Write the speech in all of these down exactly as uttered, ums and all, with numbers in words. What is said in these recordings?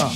Ah.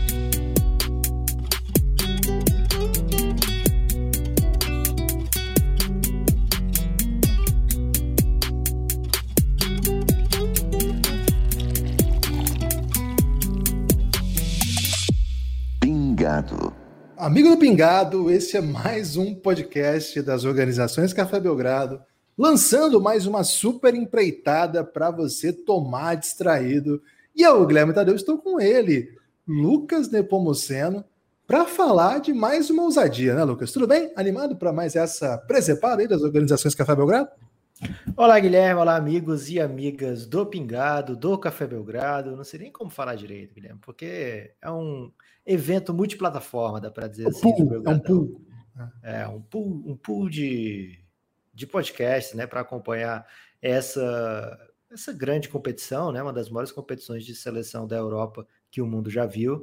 Pingado. Amigo do Pingado, esse é mais um podcast das organizações Café Belgrado, lançando mais uma super empreitada para você tomar distraído. E eu, Guilherme Tadeu, estou com ele, Lucas Nepomuceno, para falar de mais uma ousadia, né, Lucas? Tudo bem? Animado para mais essa presepada aí das organizações Café Belgrado? Olá, Guilherme. Olá, amigos e amigas do Pingado, do Café Belgrado. Não sei nem como falar direito, Guilherme, porque é um evento multiplataforma, dá para dizer um assim. Pool, é um pool. É um pool, um pool de, de podcast, né, para acompanhar essa, essa grande competição, né, uma das maiores competições de seleção da Europa que o mundo já viu.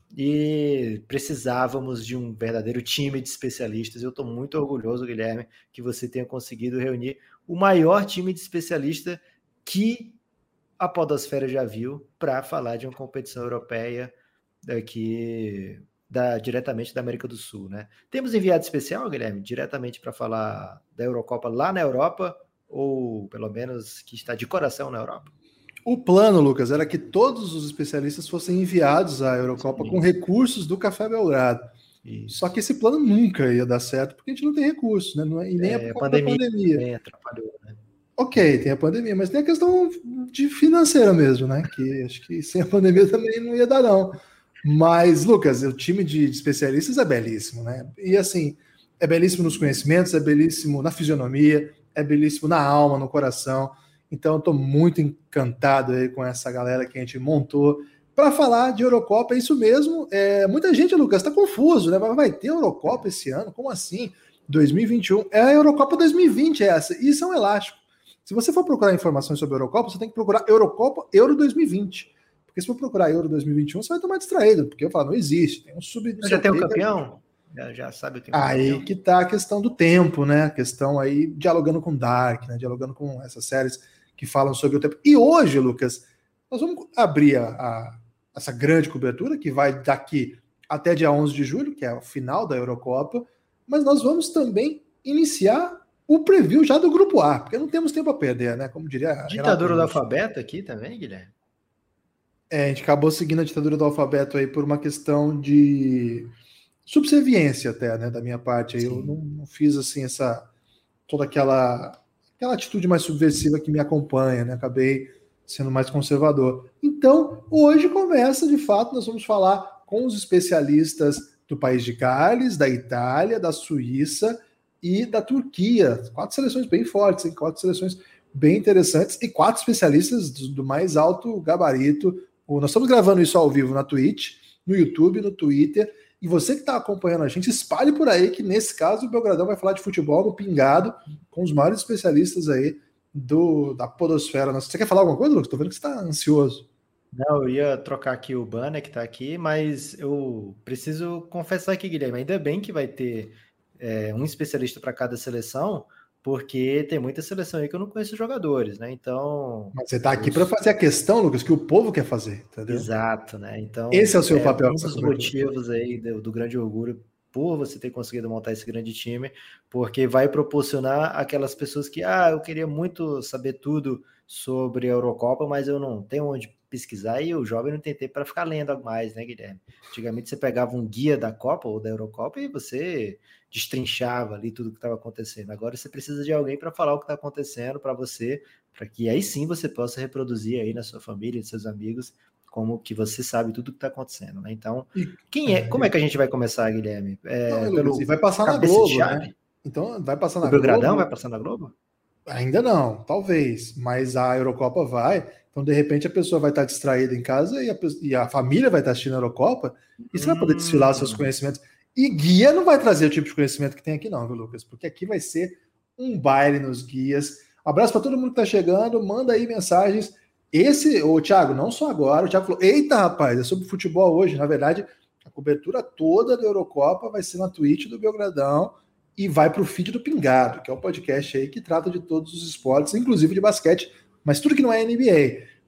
E precisávamos de um verdadeiro time de especialistas. Eu estou muito orgulhoso, Guilherme, que você tenha conseguido reunir o maior time de especialista que a podosfera já viu para falar de uma competição europeia daqui, da, diretamente da América do Sul, né? Temos enviado especial, Guilherme, diretamente para falar da Eurocopa lá na Europa, ou pelo menos que está de coração na Europa? O plano, Lucas, era que todos os especialistas fossem enviados à Eurocopa Sim. com recursos do Café Belgrado. Isso. Só que esse plano nunca ia dar certo, porque a gente não tem recursos, né? Não é, e nem é, é por conta da pandemia. Também atrapalhou, né? Ok, tem a pandemia, mas tem a questão de financeira mesmo, né? Que acho que sem a pandemia também não ia dar, não. Mas, Lucas, o time de especialistas é belíssimo, né? E assim, é belíssimo nos conhecimentos, é belíssimo na fisionomia, é belíssimo na alma, no coração. Então, eu estou muito encantado aí com essa galera que a gente montou para falar de Eurocopa. É isso mesmo. É, muita gente, Lucas, está confuso, né? Vai ter Eurocopa esse ano? Como assim? dois mil e vinte e um? É a Eurocopa dois mil e vinte essa. Isso é um elástico. Se você for procurar informações sobre a Eurocopa, você tem que procurar Eurocopa Euro dois mil e vinte. Porque se for procurar Euro dois mil e vinte e um, você vai tomar distraído. Porque eu falo, não existe. Tem um sub... Já tem o campeão? Já, já sabe o que Aí campeão. Que tá a questão do tempo, né? A questão aí, dialogando com Dark, né? Dialogando com essas séries que falam sobre o tempo. E hoje, Lucas, nós vamos abrir a, a, essa grande cobertura, que vai daqui até dia onze de julho, que é o final da Eurocopa, mas nós vamos também iniciar o preview já do Grupo A, porque não temos tempo a perder, né? Como diria a ditadura do alfabeto aqui também, Guilherme? É, a gente acabou seguindo a ditadura do alfabeto aí por uma questão de subserviência até, né, da minha parte. Aí eu não, não fiz, assim, essa toda aquela... aquela atitude mais subversiva que me acompanha, né? Acabei sendo mais conservador. Então, hoje começa, de fato, nós vamos falar com os especialistas do país de Gales, da Itália, da Suíça e da Turquia. Quatro seleções bem fortes, hein? Quatro seleções bem interessantes e quatro especialistas do, do mais alto gabarito. Nós estamos gravando isso ao vivo na Twitch, no YouTube, no Twitter. E você que está acompanhando a gente, espalhe por aí que, nesse caso, o Belgradão vai falar de futebol no Pingado, com os maiores especialistas aí do, da podosfera. Você quer falar alguma coisa, Lucas? Estou vendo que você está ansioso. Não, eu ia trocar aqui o banner que está aqui, mas eu preciso confessar aqui, Guilherme, ainda bem que vai ter é, um especialista para cada seleção, porque tem muita seleção aí que eu não conheço os jogadores, né? Então... Mas você está aqui para fazer a questão, Lucas, que o povo quer fazer, entendeu? Exato, né? Então, esse é o seu é, papel. Um dos motivos aí do, do grande orgulho por você ter conseguido montar esse grande time, porque vai proporcionar aquelas pessoas que, ah, eu queria muito saber tudo sobre a Eurocopa, mas eu não tenho onde pesquisar e o jovem não tem tempo para ficar lendo mais, né, Guilherme? Antigamente você pegava um guia da Copa ou da Eurocopa e você destrinchava ali tudo que estava acontecendo. Agora você precisa de alguém para falar o que está acontecendo para você, para que aí sim você possa reproduzir aí na sua família, nos seus amigos, como que você sabe tudo o que está acontecendo, né? Então, quem é, como é que a gente vai começar, Guilherme? É, não, pelo Lucas, vai passar na Globo, né? Então, vai passar na Globo. O Belgradão Globo. vai passar na Globo? Ainda não, talvez, mas a Eurocopa vai, então de repente a pessoa vai estar distraída em casa e a, e a família vai estar assistindo a Eurocopa e você hum. vai poder desfilar seus conhecimentos. E guia não vai trazer o tipo de conhecimento que tem aqui não, viu, Lucas? Porque aqui vai ser um baile nos guias. Um abraço para todo mundo que está chegando, manda aí mensagens. Esse, o Thiago, não só agora, o Thiago falou, eita rapaz, é sobre futebol hoje, na verdade a cobertura toda da Eurocopa vai ser na Twitch do Belgradão, e vai para o feed do Pingado, que é o podcast aí que trata de todos os esportes, inclusive de basquete, mas tudo que não é N B A.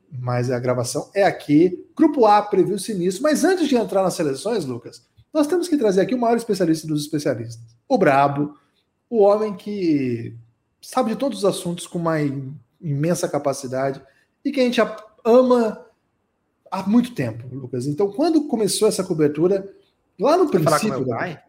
mas a gravação é aqui. Grupo A previu sinistro, mas antes de entrar nas seleções, Lucas, nós temos que trazer aqui o maior especialista dos especialistas, o brabo, o homem que sabe de todos os assuntos com uma imensa capacidade e que a gente ama há muito tempo, Lucas. Então, quando começou essa cobertura, lá no Você princípio... Da... Pai?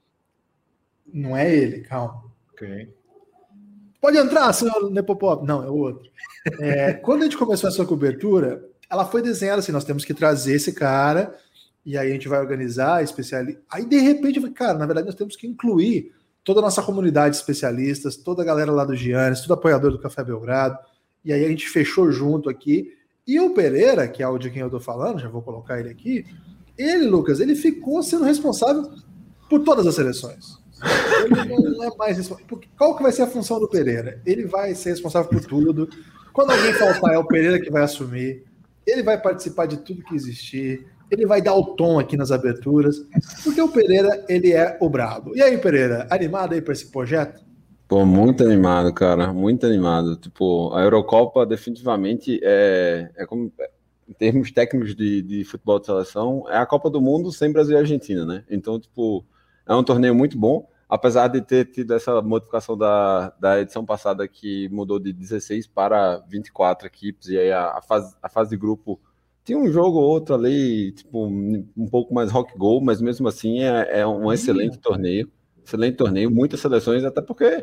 Não é ele, calma. Ok. Pode entrar, senhor Nepopop. Não, é o outro. É, quando a gente começou essa cobertura, ela foi desenhada assim, nós temos que trazer esse cara, e aí a gente vai organizar, especialista. Aí, de repente, cara, na verdade, nós temos que incluir toda a nossa comunidade de especialistas, toda a galera lá do Giannis, todo apoiador do Café Belgrado, e aí a gente fechou junto aqui. E o Pereira, que é o de quem eu tô falando, já vou colocar ele aqui, ele, Lucas, ele ficou sendo responsável por todas as seleções. Ele não é mais responsável. Qual que vai ser a função do Pereira? Ele vai ser responsável por tudo. Quando alguém faltar, é o Pereira que vai assumir. Ele vai participar de tudo que existir. Ele vai dar o tom aqui nas aberturas. Porque o Pereira, ele é o brabo. E aí, Pereira, animado aí para esse projeto? Pô, muito animado, cara. Muito animado. Tipo, a Eurocopa definitivamente é, é como, em termos técnicos de, de futebol de seleção, é a Copa do Mundo sem Brasil e Argentina, né? Então, tipo, é um torneio muito bom, apesar de ter tido essa modificação da, da edição passada que mudou de dezesseis para vinte e quatro equipes, e aí a, a, fase, a fase de grupo tinha um jogo ou outro ali, tipo, um pouco mais rock goal, mas mesmo assim é, é um excelente torneio, excelente torneio, muitas seleções, até porque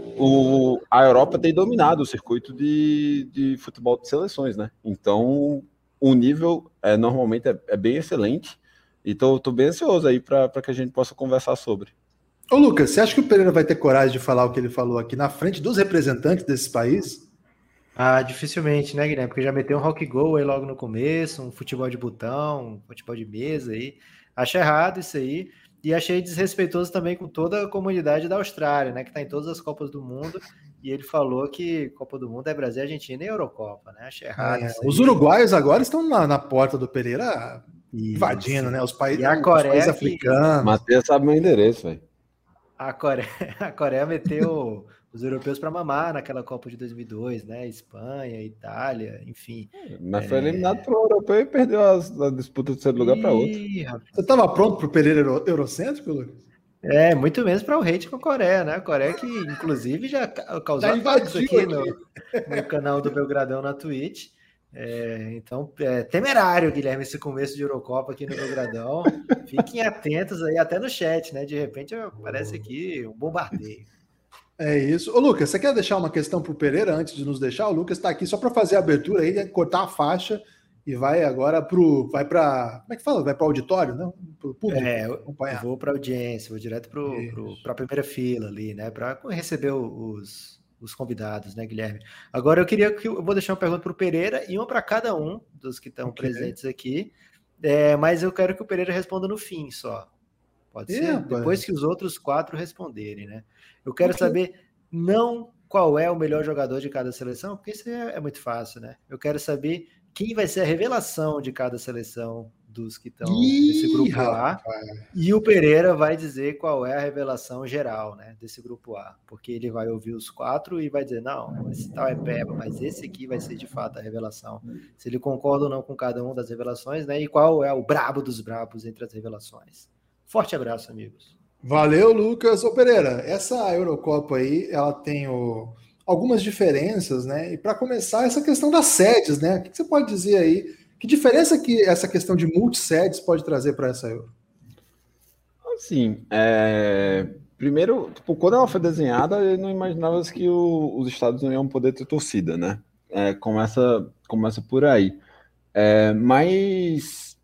o, a Europa tem dominado o circuito de, de futebol de seleções, né? Então, o nível é, normalmente é, é bem excelente, e tô, tô bem ansioso aí para que a gente possa conversar sobre. Ô Lucas, você acha que o Pereira vai ter coragem de falar o que ele falou aqui na frente dos representantes desses países? Ah, dificilmente, né, Guilherme? Porque já meteu um rock goal aí logo no começo, um futebol de botão, um futebol de mesa aí. Acho errado isso aí. E achei desrespeitoso também com toda a comunidade da Austrália, né? Que está em todas as Copas do Mundo. E ele falou que Copa do Mundo é Brasil, Argentina e Eurocopa, né? Achei errado. É, os uruguaios agora estão na, na porta do Pereira invadindo, né? Os, paí e a Coreia os países africanos. Que... Matheus sabe meu endereço, velho. A Coreia, a Coreia meteu os europeus para mamar naquela Copa de dois mil e dois, né? Espanha, Itália, enfim. Mas foi eliminado é... para o europeu e perdeu as, a disputa de terceiro lugar para outro. Você estava pronto para o Pereira euro, eurocêntrico, Lucas? É, muito menos para o hate com a Coreia, né? A Coreia que, inclusive, já causou já ataques aqui, aqui. No, no canal do Belgradão na Twitch. É, então, é temerário, Guilherme, esse começo de Eurocopa aqui no Belgradão. Fiquem atentos aí, até no chat, né? De repente aparece aqui um bombardeio. É isso. Ô, Lucas, você quer deixar uma questão para o Pereira antes de nos deixar? O Lucas está aqui só para fazer a abertura aí, cortar a faixa e vai agora para o. Vai para. Como é que fala? Vai para o auditório, não? Para o público. É, eu acompanhar. Vou para a audiência, vou direto para a primeira fila ali, né? Para receber os. os convidados, né, Guilherme? Agora eu queria que eu vou deixar uma pergunta para o Pereira e uma para cada um dos que estão okay. presentes aqui, é, mas eu quero que o Pereira responda no fim só. Pode é, ser? Rapaz. Depois que os outros quatro responderem, né? Eu quero okay. saber não qual é o melhor jogador de cada seleção, porque isso é, é muito fácil, né? Eu quero saber quem vai ser a revelação de cada seleção dos que estão nesse grupo A, e o Pereira vai dizer qual é a revelação geral, né, desse grupo A, porque ele vai ouvir os quatro e vai dizer, não, esse tal é peba, mas esse aqui vai ser de fato a revelação, se ele concorda ou não com cada uma das revelações, né, e qual é o brabo dos brabos entre as revelações. Forte abraço, amigos. Valeu, Lucas. Ô Pereira, essa Eurocopa aí, ela tem o... algumas diferenças, né, e para começar, essa questão das sedes, né, o que você pode dizer aí? Que diferença que essa questão de multissedes pode trazer para essa Euro? Assim, é... primeiro, tipo, quando ela foi desenhada, eu não imaginava que o, os estados não iam poder ter torcida, né? É, começa, começa por aí. É, mas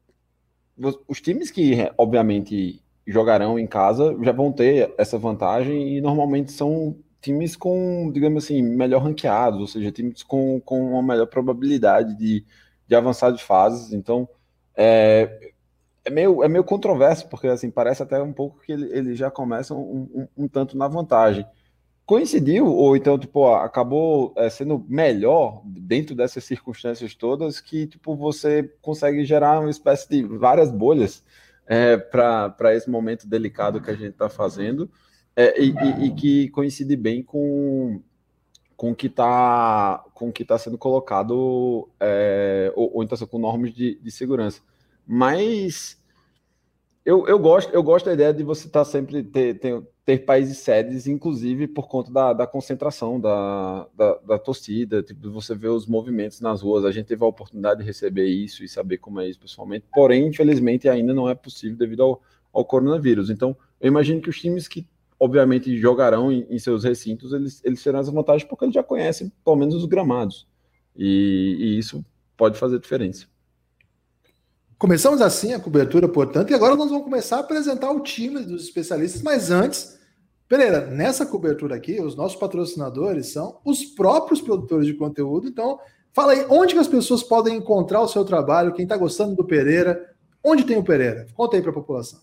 os times que, obviamente, jogarão em casa já vão ter essa vantagem e normalmente são times com, digamos assim, melhor ranqueados, ou seja, times com, com uma melhor probabilidade de de avançar de fases, então é, é, meio, é meio controverso, porque assim, parece até um pouco que ele, ele já começa um, um, um tanto na vantagem. Coincidiu, ou então tipo, acabou é, sendo melhor dentro dessas circunstâncias todas, que tipo, você consegue gerar uma espécie de várias bolhas é, para esse momento delicado que a gente está fazendo, é, e, e, e que coincide bem com, com que está com que tá sendo colocado, é, ou, ou então com normas de, de segurança. Mas eu, eu, gosto, eu gosto da ideia de você estar tá sempre ter, ter, ter países sedes, inclusive por conta da, da concentração da, da, da torcida, tipo, você vê os movimentos nas ruas. A gente teve a oportunidade de receber isso e saber como é isso pessoalmente, porém, infelizmente, ainda não é possível devido ao, ao coronavírus. Então, eu imagino que os times que obviamente jogarão em, em seus recintos, eles, eles terão essa vantagem porque eles já conhecem pelo menos os gramados, e, e isso pode fazer diferença. Começamos assim a cobertura, portanto, e agora nós vamos começar a apresentar o time dos especialistas, mas antes, Pereira, nessa cobertura aqui, os nossos patrocinadores são os próprios produtores de conteúdo, então fala aí, onde que as pessoas podem encontrar o seu trabalho, quem está gostando do Pereira, onde tem o Pereira? Conta aí para a população.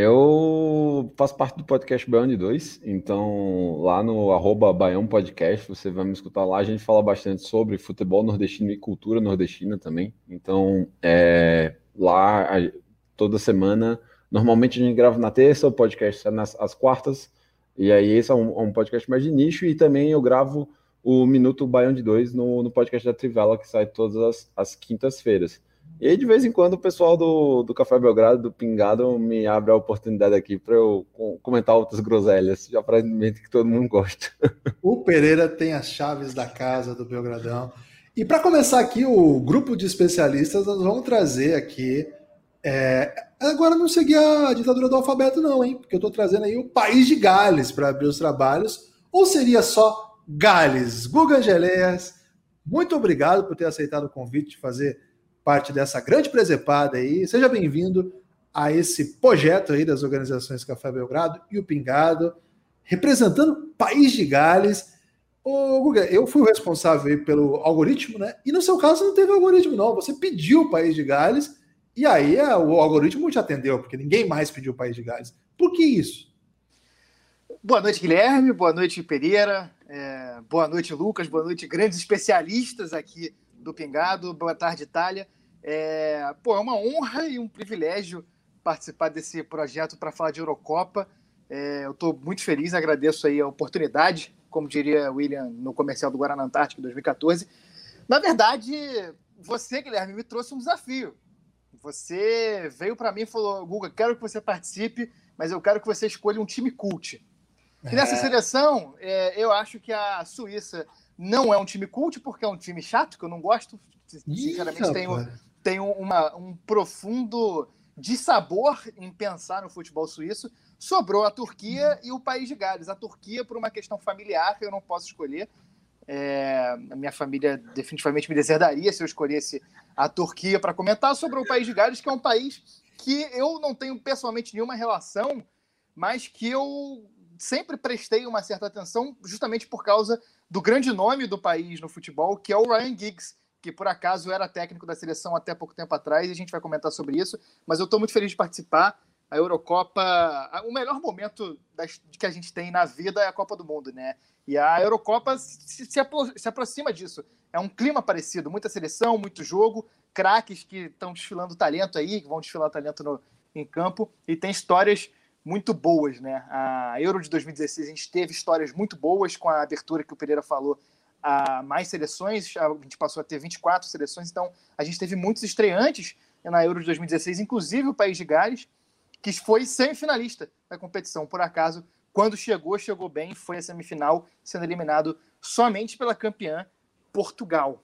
Eu faço parte do podcast Baião de dois, então lá no arroba Baião Podcast, você vai me escutar lá, a gente fala bastante sobre futebol nordestino e cultura nordestina também, então é, lá toda semana, normalmente a gente grava na terça, o podcast sai nas às quartas, e aí esse é um, um podcast mais de nicho, e também eu gravo o Minuto Baião de dois no, no podcast da Trivela, que sai todas as, as quintas-feiras. E aí, de vez em quando, o pessoal do, do Café Belgrado, do Pingado, me abre a oportunidade aqui para eu comentar outras groselhas, já aparentemente que todo mundo gosta. O Pereira tem as chaves da casa do Belgradão. E para começar aqui o grupo de especialistas, nós vamos trazer aqui... É, agora não seguir a ditadura do alfabeto não, hein? Porque eu estou trazendo aí o País de Gales para abrir os trabalhos. Ou seria só Gales? Guga Geleias, muito obrigado por ter aceitado o convite de fazer parte dessa grande presepada aí. Seja bem-vindo a esse projeto aí das organizações Café Belgrado e o Pingado, representando o País de Gales. Ô, Guga, eu fui o responsável aí pelo algoritmo, né? E no seu caso não teve algoritmo, não. Você pediu o País de Gales e aí o algoritmo te atendeu, porque ninguém mais pediu o País de Gales. Por que isso? Boa noite, Guilherme. Boa noite, Pereira. É... Boa noite, Lucas. Boa noite, grandes especialistas aqui do Pingado. Boa tarde, Itália. É, pô, é uma honra e um privilégio participar desse projeto para falar de Eurocopa. É, eu estou muito feliz, agradeço aí a oportunidade, como diria William no comercial do Guaraná Antártico em dois mil e catorze. Na verdade, você, Guilherme, me trouxe um desafio. Você veio para mim e falou: Guga, quero que você participe, mas eu quero que você escolha um time cult. É. E nessa seleção, é, eu acho que a Suíça não é um time cult, porque é um time chato, que eu não gosto. Sinceramente, tenho, tenho uma, um profundo dissabor em pensar no futebol suíço. Sobrou a Turquia e o País de Gales. A Turquia, por uma questão familiar, eu não posso escolher. É, a minha família definitivamente me deserdaria se eu escolhesse a Turquia para comentar. Sobrou o País de Gales, que é um país que eu não tenho pessoalmente nenhuma relação, mas que eu sempre prestei uma certa atenção justamente por causa do grande nome do país no futebol, que é o Ryan Giggs, que por acaso era técnico da seleção até pouco tempo atrás, e a gente vai comentar sobre isso, mas eu estou muito feliz de participar. A Eurocopa, o melhor momento das, que a gente tem na vida é a Copa do Mundo, né? E a Eurocopa se, se, apro- se aproxima disso. É um clima parecido, muita seleção, muito jogo, craques que estão desfilando talento aí, que vão desfilar talento no, em campo, e tem histórias muito boas, né? A Euro de dois mil e dezesseis, a gente teve histórias muito boas com a abertura que o Pereira falou, a mais seleções, a gente passou a ter vinte e quatro seleções, então a gente teve muitos estreantes na Euro de dois mil e dezesseis, inclusive o País de Gales, que foi semifinalista da competição. Por acaso, quando chegou, chegou bem, foi a semifinal, sendo eliminado somente pela campeã Portugal.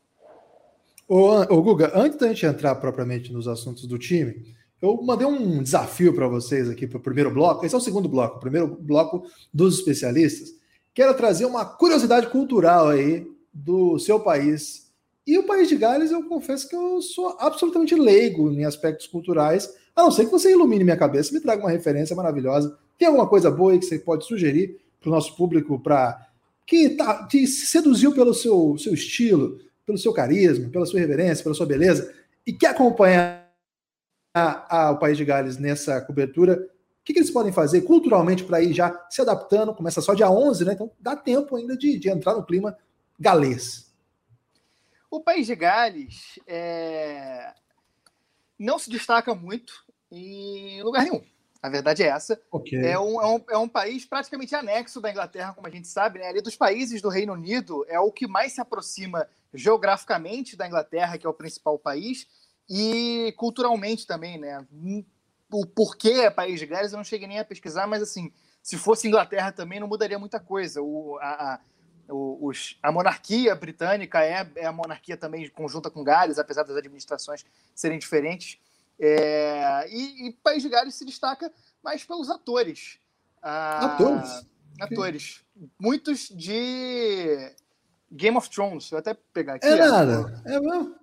Ô, ô Guga, antes da gente entrar propriamente nos assuntos do time, eu mandei um desafio para vocês aqui para o primeiro bloco. Esse é o segundo bloco, o primeiro bloco dos especialistas. Quero trazer uma curiosidade cultural aí do seu país. E o País de Gales, eu confesso que eu sou absolutamente leigo em aspectos culturais, a não ser que você ilumine minha cabeça e me traga uma referência maravilhosa. Tem alguma coisa boa aí que você pode sugerir para o nosso público para que tá, te seduziu pelo seu, seu estilo, pelo seu carisma, pela sua reverência, pela sua beleza, e quer acompanhar a, a, o País de Gales nessa cobertura? O que, que eles podem fazer culturalmente para ir já se adaptando? Começa só dia onze, né? Então dá tempo ainda de, de entrar no clima galês. O País de Gales é... não se destaca muito em lugar nenhum. A verdade é essa. Okay. É, um, é, um, é um país praticamente anexo da Inglaterra, como a gente sabe, né? Ali dos países do Reino Unido é o que mais se aproxima geograficamente da Inglaterra, que é o principal país, e culturalmente também, né? O porquê é País de Gales eu não cheguei nem a pesquisar, mas assim, se fosse Inglaterra também não mudaria muita coisa. O, a, a, o, os, a monarquia britânica é, é a monarquia também conjunta com Gales, apesar das administrações serem diferentes. É, e, e País de Gales se destaca mais pelos atores. Ah, atores? Atores. Okay. Muitos de Game of Thrones. Vou até pegar aqui. É nada. É mesmo.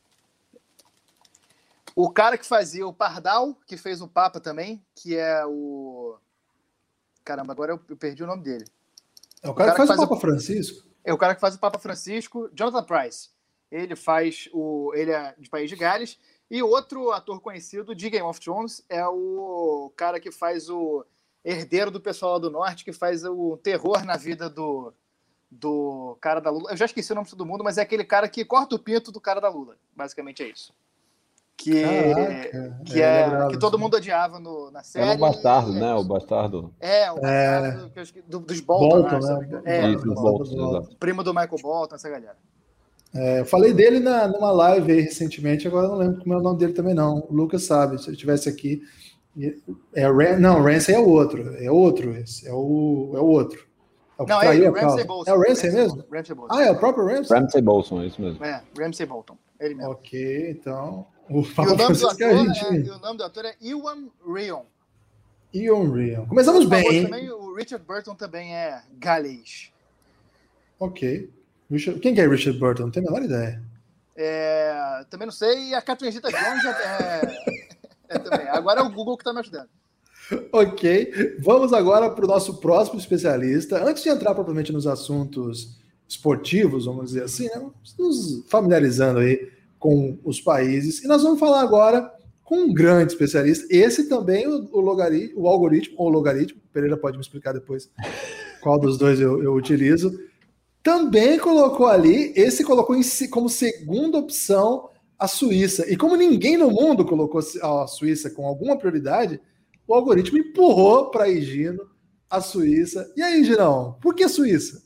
O cara que fazia o Pardal, que fez o Papa também, que é o... Caramba, agora eu perdi o nome dele. É o cara, o cara que faz, faz o Papa o... Francisco? É o cara que faz o Papa Francisco, Jonathan Pryce. Ele faz o... Ele é de País de Gales. E outro ator conhecido de Game of Thrones é o cara que faz o herdeiro do pessoal do norte, que faz o terror na vida do, do cara da Lula. Eu já esqueci o nome de todo mundo, mas é aquele cara que corta o pinto do cara da Lula. Basicamente é isso. Que, Caraca, que, é, é, que todo mundo odiava no, na série. É o bastardo, né? O bastardo. É, o bastardo é... do, dos Bolton, Bolton, né? né? É, Isso, dos Bolton, Bolton. Primo do Michael Bolton, essa galera. É, eu falei dele na, numa live aí recentemente, agora eu não lembro como é o nome dele também, não. O Lucas sabe, se ele estivesse aqui. É Ran... Não, o Ramsay é o outro. É outro esse. É o, é o outro. É o não, é o Ramsay Bolton. É o Ramsay mesmo? Ramsay Bolton. Ah, é o próprio Ramsay? Ramsay Bolton, é isso mesmo. É, Ramsay Bolton. Ele mesmo. Ok, então. O, e o, nome do ator é, e o nome do ator é Ewan Ryan. Ewan Ryan. Começamos bem. Também, o Richard Burton também é galês. Ok. Richard... Quem que é Richard Burton? Não tenho a menor ideia. É... Também não sei. E a Catherine Zeta-Jones é... é também. Agora é o Google que está me ajudando. Ok. Vamos agora para o nosso próximo especialista. Antes de entrar propriamente nos assuntos esportivos, vamos dizer assim, né? Nos familiarizando aí com os países. E nós vamos falar agora com um grande especialista. Esse também, o, o, logaritmo, o algoritmo, ou logaritmo, o Pereira pode me explicar depois qual dos dois eu, eu utilizo, também colocou ali, esse colocou em, como segunda opção a Suíça. E como ninguém no mundo colocou a Suíça com alguma prioridade, o algoritmo empurrou para Higino a Suíça. E aí, Girão, por que Suíça?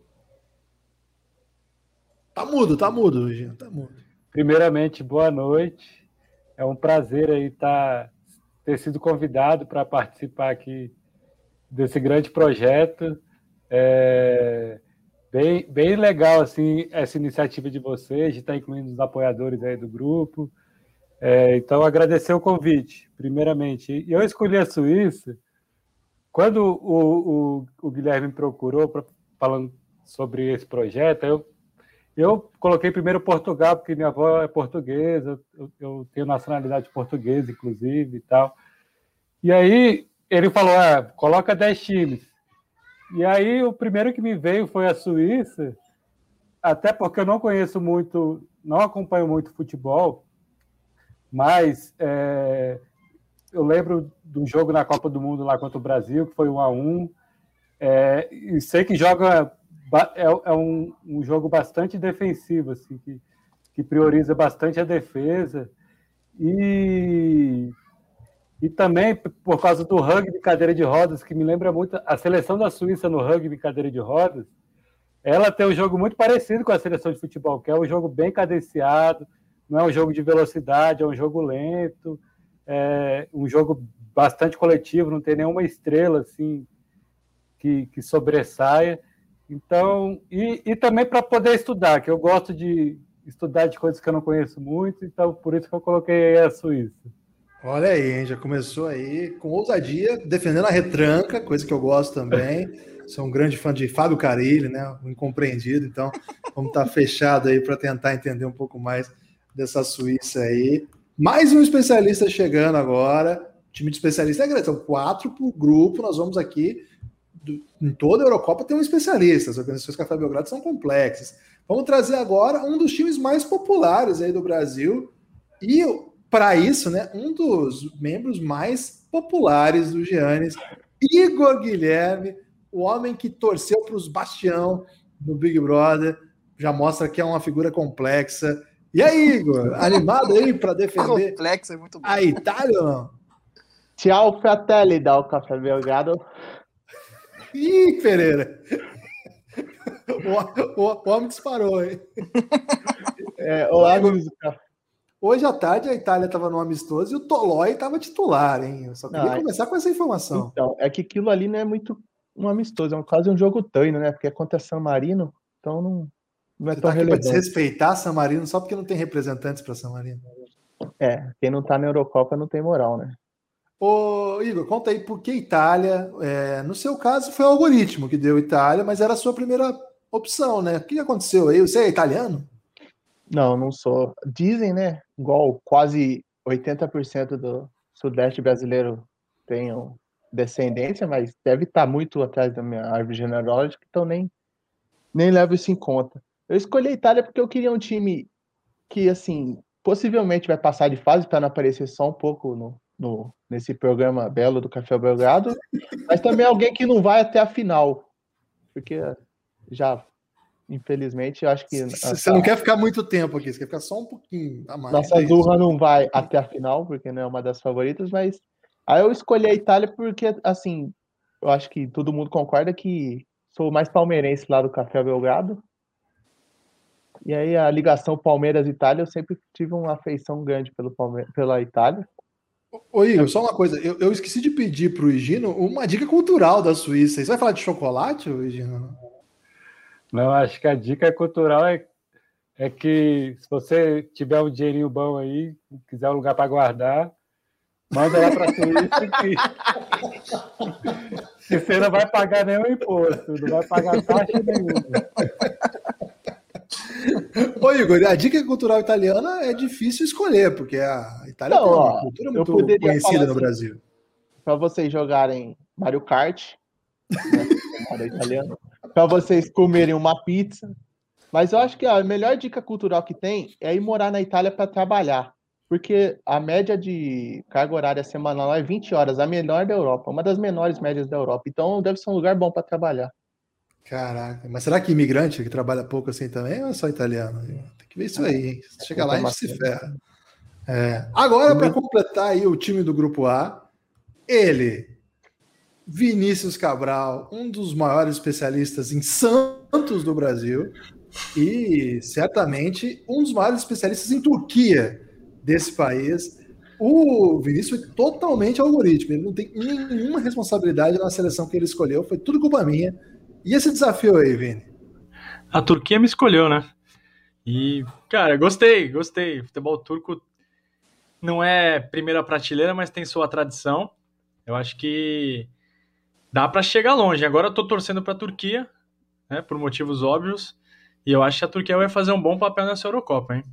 Tá mudo, tá mudo, Higino, tá mudo. Primeiramente, boa noite. É um prazer aí tá, ter sido convidado para participar aqui desse grande projeto. É bem, bem legal assim, essa iniciativa de vocês, de estar incluindo os apoiadores aí do grupo. É, então, agradecer o convite, primeiramente. Eu escolhi a Suíça quando o, o, o Guilherme me procurou pra, falando sobre esse projeto. Eu Eu coloquei primeiro Portugal, porque minha avó é portuguesa, eu, eu tenho nacionalidade portuguesa, inclusive, e tal. E aí ele falou, ah, coloca dez times. E aí o primeiro que me veio foi a Suíça, até porque eu não conheço muito, não acompanho muito futebol, mas é, eu lembro do jogo na Copa do Mundo lá contra o Brasil, que foi um a um, é, e sei que joga... É, é um, um jogo bastante defensivo, assim, que, que prioriza bastante a defesa. E, e também por causa do rugby cadeira de rodas, que me lembra muito a seleção da Suíça no rugby cadeira de rodas. Ela tem um jogo muito parecido com a seleção de futebol, que é um jogo bem cadenciado, não é um jogo de velocidade, é um jogo lento, é um jogo bastante coletivo, não tem nenhuma estrela assim, que, que sobressaia. Então, e, e também para poder estudar, que eu gosto de estudar de coisas que eu não conheço muito, então por isso que eu coloquei aí a Suíça. Olha aí, hein, já começou aí com ousadia, defendendo a retranca, coisa que eu gosto também. Sou um grande fã de Fábio Carilli, né? Um incompreendido, então vamos estar fechado aí para tentar entender um pouco mais dessa Suíça aí. Mais um especialista chegando agora. O time de especialistas é grande, são quatro por grupo, nós vamos aqui. Em toda a Eurocopa tem um especialista, as organizações Café Belgrado são complexas. Vamos trazer agora um dos times mais populares aí do Brasil e, para isso, né, um dos membros mais populares do Giannis, Igor Guilherme, o homem que torceu para os Bastião no Big Brother, já mostra que é uma figura complexa. E aí, Igor, animado aí para defender complexa, é muito bom. A Itália ou não? Tchau, fratelli, dá o Café Belgrado. Ih, Pereira! O, o, o homem disparou, hein? É, olá, amigos do Café. Hoje à tarde a Itália estava no amistoso e o Tolói estava titular, hein? Eu só queria Não, começar com essa informação. Então, é que aquilo ali não é muito um amistoso, é quase um jogo treino, né? Porque é contra San Marino, então não, não é Você tão tá aqui para relevante. desrespeitar San Marino só porque não tem representantes para San Marino. É, quem não tá na Eurocopa não tem moral, né? Ô, Igor, conta aí por que Itália. É, no seu caso, foi o algoritmo que deu Itália, mas era a sua primeira opção, né? O que aconteceu aí? Você é italiano? Não, não sou. Dizem, né? Igual quase oitenta por cento do Sudeste brasileiro tem descendência, mas deve estar muito atrás da minha árvore genealógica, então nem, nem levo isso em conta. Eu escolhi a Itália porque eu queria um time que, assim, possivelmente vai passar de fase para não aparecer só um pouco no, no, nesse programa belo do Café Belgrado, mas também alguém que não vai até a final, porque já, infelizmente, eu acho que... Você não quer ficar muito tempo aqui, você quer ficar só um pouquinho a mais. Nossa Zurra não vai até a final, porque não é uma das favoritas, mas aí eu escolhi a Itália porque, assim, eu acho que todo mundo concorda que sou mais palmeirense lá do Café Belgrado. E aí a ligação Palmeiras-Itália, eu sempre tive uma afeição grande pelo Palme... pela Itália. Ô Igor, só uma coisa, eu, eu esqueci de pedir pro Higino uma dica cultural da Suíça. Você vai falar de chocolate, Higino? Não, acho que a dica cultural é, é que se você tiver um dinheirinho bom aí, quiser um lugar para guardar, manda lá para a Suíça que, que você não vai pagar nenhum imposto, não vai pagar taxa nenhuma. Ô Igor, a dica cultural italiana é difícil escolher, porque a Itália Não, tem uma ó, cultura eu muito poderia conhecida falar no assim, Brasil. para vocês jogarem Mario Kart, né, Mario italiano, para vocês comerem uma pizza. Mas eu acho que a melhor dica cultural que tem é ir morar na Itália para trabalhar, porque a média de carga horária semanal é vinte horas, a menor da Europa, uma das menores médias da Europa. Então deve ser um lugar bom para trabalhar. Caraca, mas será que imigrante que trabalha pouco assim também ou é só italiano? Tem que ver isso aí, hein? Você chega lá e a gente se ferra. É. Agora, para completar aí o time do Grupo A, ele, Vinícius Cabral, um dos maiores especialistas em Santos do Brasil e certamente um dos maiores especialistas em Turquia desse país. O Vinícius foi totalmente algoritmo, ele não tem nenhuma responsabilidade na seleção que ele escolheu, foi tudo culpa minha. E esse desafio aí, Vini? A Turquia me escolheu, né? E, cara, gostei, gostei. O futebol turco não é primeira prateleira, mas tem sua tradição. Eu acho que dá para chegar longe. Agora eu tô torcendo para a Turquia, né, por motivos óbvios, e eu acho que a Turquia vai fazer um bom papel nessa Eurocopa, hein?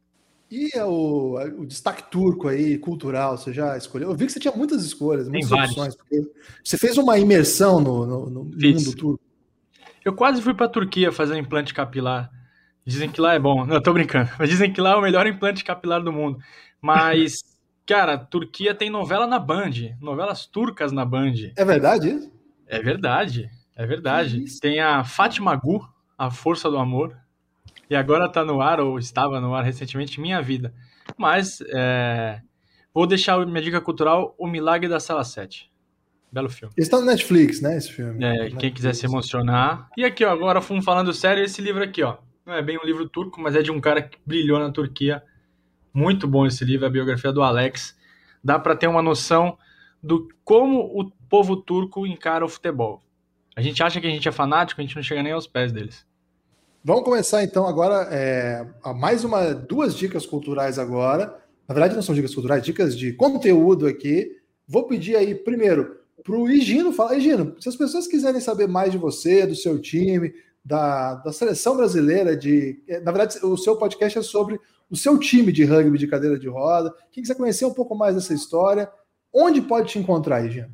E o, o destaque turco aí, cultural, você já escolheu? Eu vi que você tinha muitas escolhas, muitas Tem opções, porque você fez uma imersão no, no, no mundo turco. Eu quase fui para a Turquia fazer um implante capilar. Dizem que lá é bom. Não, eu tô brincando. Mas dizem que lá é o melhor implante capilar do mundo. Mas, cara, a Turquia tem novela na Band. Novelas turcas na Band. É verdade isso? É verdade. É verdade. Tem a Fátima Gu, A Força do Amor. E agora tá no ar, ou estava no ar recentemente, Minha Vida. Mas, é... vou deixar minha dica cultural, O Milagre da Sala sete. Belo filme. Está no Netflix, né, esse filme? É, quem quiser se emocionar. E aqui, ó, agora fomos falando sério, esse livro aqui, ó. Não é bem um livro turco, mas é de um cara que brilhou na Turquia. Muito bom esse livro, a biografia do Alex. Dá para ter uma noção do como o povo turco encara o futebol. A gente acha que a gente é fanático, a gente não chega nem aos pés deles. Vamos começar então agora é, a mais uma, duas dicas culturais agora. Na verdade não são dicas culturais, dicas de conteúdo aqui. Vou pedir aí primeiro para o Higino falar. Higino, se as pessoas quiserem saber mais de você, do seu time, da, da seleção brasileira, de, na verdade o seu podcast é sobre o seu time de rugby de cadeira de roda. Quem quiser conhecer um pouco mais dessa história, onde pode te encontrar, Higino?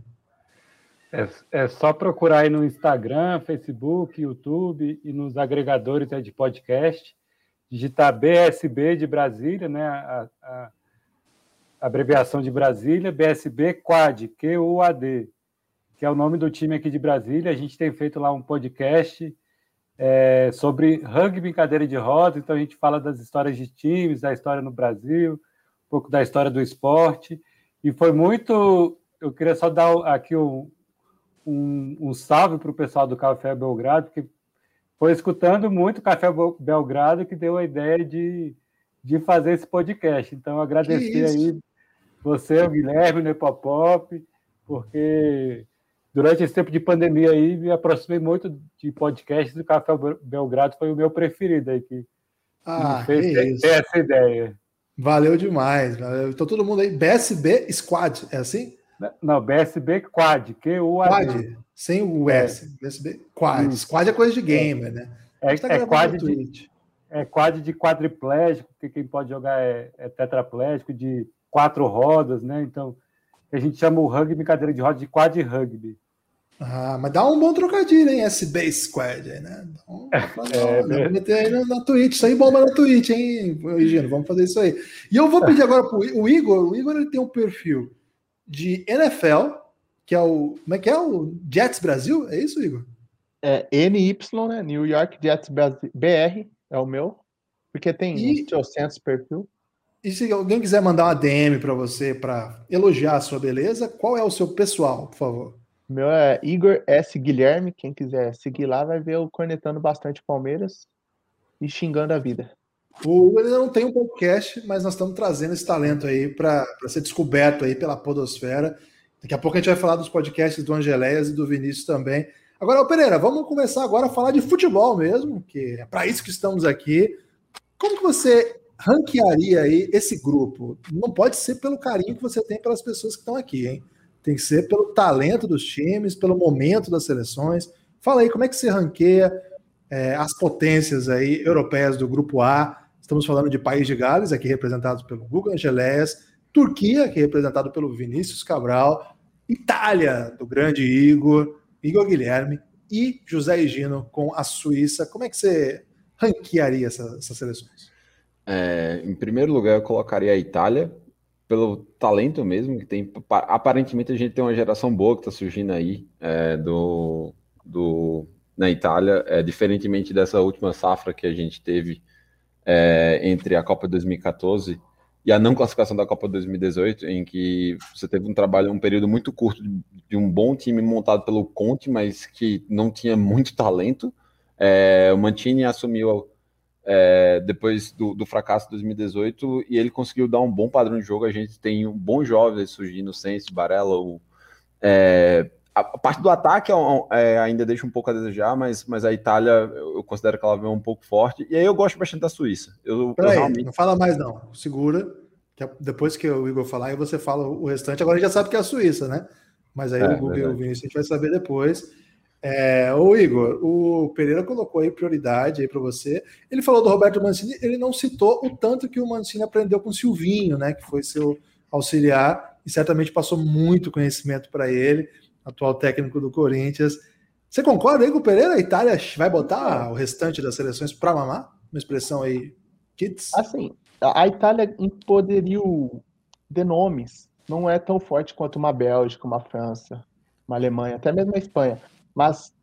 É, é só procurar aí no Instagram, Facebook, YouTube e nos agregadores aí de podcast, digitar B S B de Brasília, né, a, a, a abreviação de Brasília, B S B Quad, Q U A D, que é o nome do time aqui de Brasília. A gente tem feito lá um podcast é, sobre rugby em cadeira de roda, então a gente fala das histórias de times, da história no Brasil, um pouco da história do esporte, e foi muito eu queria só dar aqui um, um, um salve para o pessoal do Café Belgrado, que foi escutando muito o Café Belgrado que deu a ideia de, de fazer esse podcast. Então, agradecer aí você, o Guilherme, o Nepopop, porque durante esse tempo de pandemia aí me aproximei muito de podcasts, e o Café Belgrado foi o meu preferido aí, que ah, me fez ter, ter essa ideia. Valeu demais. Valeu. Então todo mundo aí, B S B Squad, é assim? Não, B S B Quad, Q U A D. Quad, sem o S. É. B S B Quad. Isso. Squad é coisa de gamer, né? É, tá é, quad de, é quad de quadriplégico, porque quem pode jogar é, é tetraplégico, de quatro rodas, né? Então, a gente chama o rugby, cadeira de rodas, de quad rugby. Ah, mas dá um bom trocadilho, hein? S B Squad aí, né? Então, é, vamos meter aí na, na Twitch, isso aí bomba na Twitch, hein, Gino? Vamos fazer isso aí. E eu vou pedir agora pro o Igor, o Igor ele tem um perfil de N F L, que é o, como é que é? O Jets Brasil? É isso, Igor? É N Y, né? New York Jets B R é o meu, porque tem e, uns trocentos perfil. E se alguém quiser mandar uma D M para você para elogiar a sua beleza, qual é o seu pessoal, por favor? O meu é Igor S. Guilherme. Quem quiser seguir lá vai ver eu cornetando bastante Palmeiras e xingando a vida. O Igor ainda não tem um podcast, mas nós estamos trazendo esse talento aí para ser descoberto aí pela podosfera. Daqui a pouco a gente vai falar dos podcasts do Angeléias e do Vinícius também. Agora, Pereira, vamos começar agora a falar de futebol mesmo, que é para isso que estamos aqui. Como que você ranquearia aí esse grupo? Não pode ser pelo carinho que você tem pelas pessoas que estão aqui, hein? Tem que ser pelo talento dos times, pelo momento das seleções. Fala aí, como é que você ranqueia é, as potências aí europeias do grupo A? Estamos falando de País de Gales, aqui representados pelo Guga Angeléias, Turquia, aqui representado pelo Vinícius Cabral, Itália, do grande Igor, Igor Guilherme, e José Higino com a Suíça. Como é que você ranquearia essa, essas seleções? É, em primeiro lugar, eu colocaria a Itália, pelo talento mesmo, que tem. Aparentemente a gente tem uma geração boa que está surgindo aí é, do, do, na Itália, é, diferentemente dessa última safra que a gente teve é, entre a Copa dois mil e quatorze e a não classificação da Copa dois mil e dezoito, em que você teve um trabalho, um período muito curto de, de um bom time montado pelo Conte, mas que não tinha muito talento. É, o Mancini assumiu é, depois do, do fracasso de dois mil e dezoito e ele conseguiu dar um bom padrão de jogo. A gente tem um bons jovens surgindo, Sensi, Barella, o, é, a parte do ataque é, ainda deixa um pouco a desejar, mas, mas a Itália eu considero que ela vem um pouco forte, e aí eu gosto bastante da Suíça. Eu, Peraí, eu realmente... não fala mais não, segura, que depois que o Igor falar, aí você fala o restante. Agora a gente já sabe que é a Suíça, né? Mas aí é, o Google e o Vinícius a gente vai saber depois. É, ô Igor, o Pereira colocou aí prioridade aí para você. Ele falou do Roberto Mancini, ele não citou o tanto que o Mancini aprendeu com o Silvinho, né? Que foi seu auxiliar e certamente passou muito conhecimento para ele, atual técnico do Corinthians. Você concorda aí com o Pereira? A Itália vai botar o restante das seleções para mamar? Uma expressão aí, kids? Assim, a Itália em poderio de nomes não é tão forte quanto uma Bélgica, uma França, uma Alemanha, até mesmo a Espanha. Mas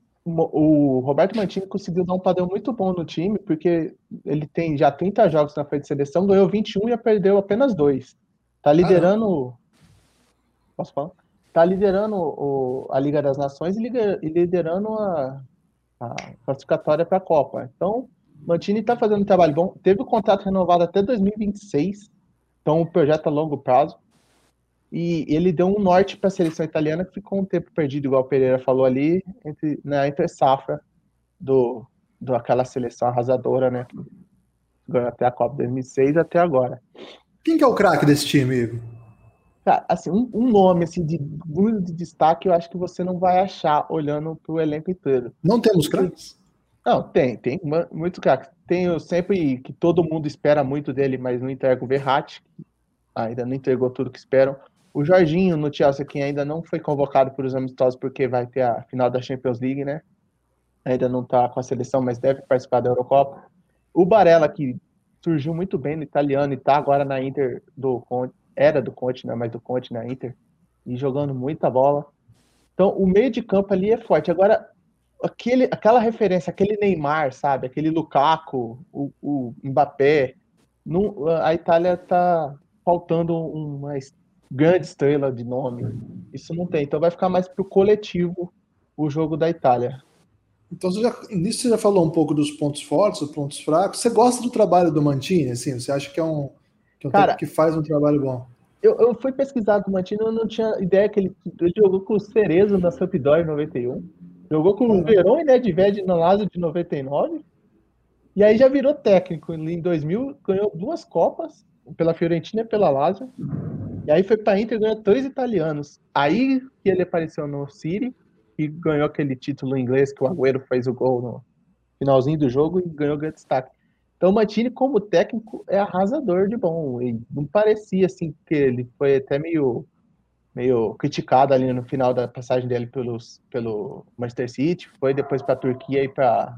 o Roberto Mancini conseguiu dar um padrão muito bom no time, porque ele tem já trinta jogos na frente de seleção, ganhou vinte e um e perdeu apenas dois. Tá liderando... Ah, posso falar? Tá liderando o, a Liga das Nações e liderando a, a classificatória para a Copa. Então, Mancini tá fazendo um trabalho bom. Teve o contrato renovado até dois mil e vinte e seis, então um projeto a longo prazo. E ele deu um norte para a seleção italiana que ficou um tempo perdido, igual o Pereira falou ali, entre, na entre safra do, do aquela seleção arrasadora, né? Que ganhou até a Copa dois mil e seis até agora. Quem que é o craque desse time, Igor? Cara, assim, um, um nome assim, de muito de destaque eu acho que você não vai achar olhando para o elenco inteiro. Não temos craques? Não, tem, tem muito craque. Tem sempre que todo mundo espera muito dele, mas não entrega o Verratti, ainda não entregou tudo que esperam. O Jorginho no Chelsea, que ainda não foi convocado para os amistosos porque vai ter a final da Champions League, né? Ainda não está com a seleção, mas deve participar da Eurocopa. O Barella, que surgiu muito bem no italiano e está agora na Inter do Conte, era do Conte, né? Mas do Conte na Inter, e jogando muita bola. Então, o meio de campo ali é forte. Agora, aquele, aquela referência, aquele Neymar, sabe? Aquele Lukaku, o, o Mbappé, não, a Itália está faltando uma grande estrela de nome. Isso não tem. Então vai ficar mais pro coletivo o jogo da Itália. Então, você já, nisso você já falou um pouco dos pontos fortes, dos pontos fracos. Você gosta do trabalho do Mantini? Assim, você acha que é um, que, é um Cara, que faz um trabalho bom? Eu, eu fui pesquisar do Mantini, eu não tinha ideia que ele, ele jogou com o Cerezo na Sampdoria em noventa e um, jogou com o Verón e Nedved na Lazio de noventa e nove, e aí já virou técnico em dois mil, ganhou duas Copas, pela Fiorentina e pela Lazio, e aí foi para a Inter e ganhou três italianos. Aí que ele apareceu no City e ganhou aquele título inglês que o Agüero fez o gol no finalzinho do jogo e ganhou grande destaque. Então o Mantini, como técnico, é arrasador de bom. E não parecia assim que ele foi até meio, meio criticado ali no final da passagem dele pelos, pelo Manchester City. Foi depois para a Turquia e para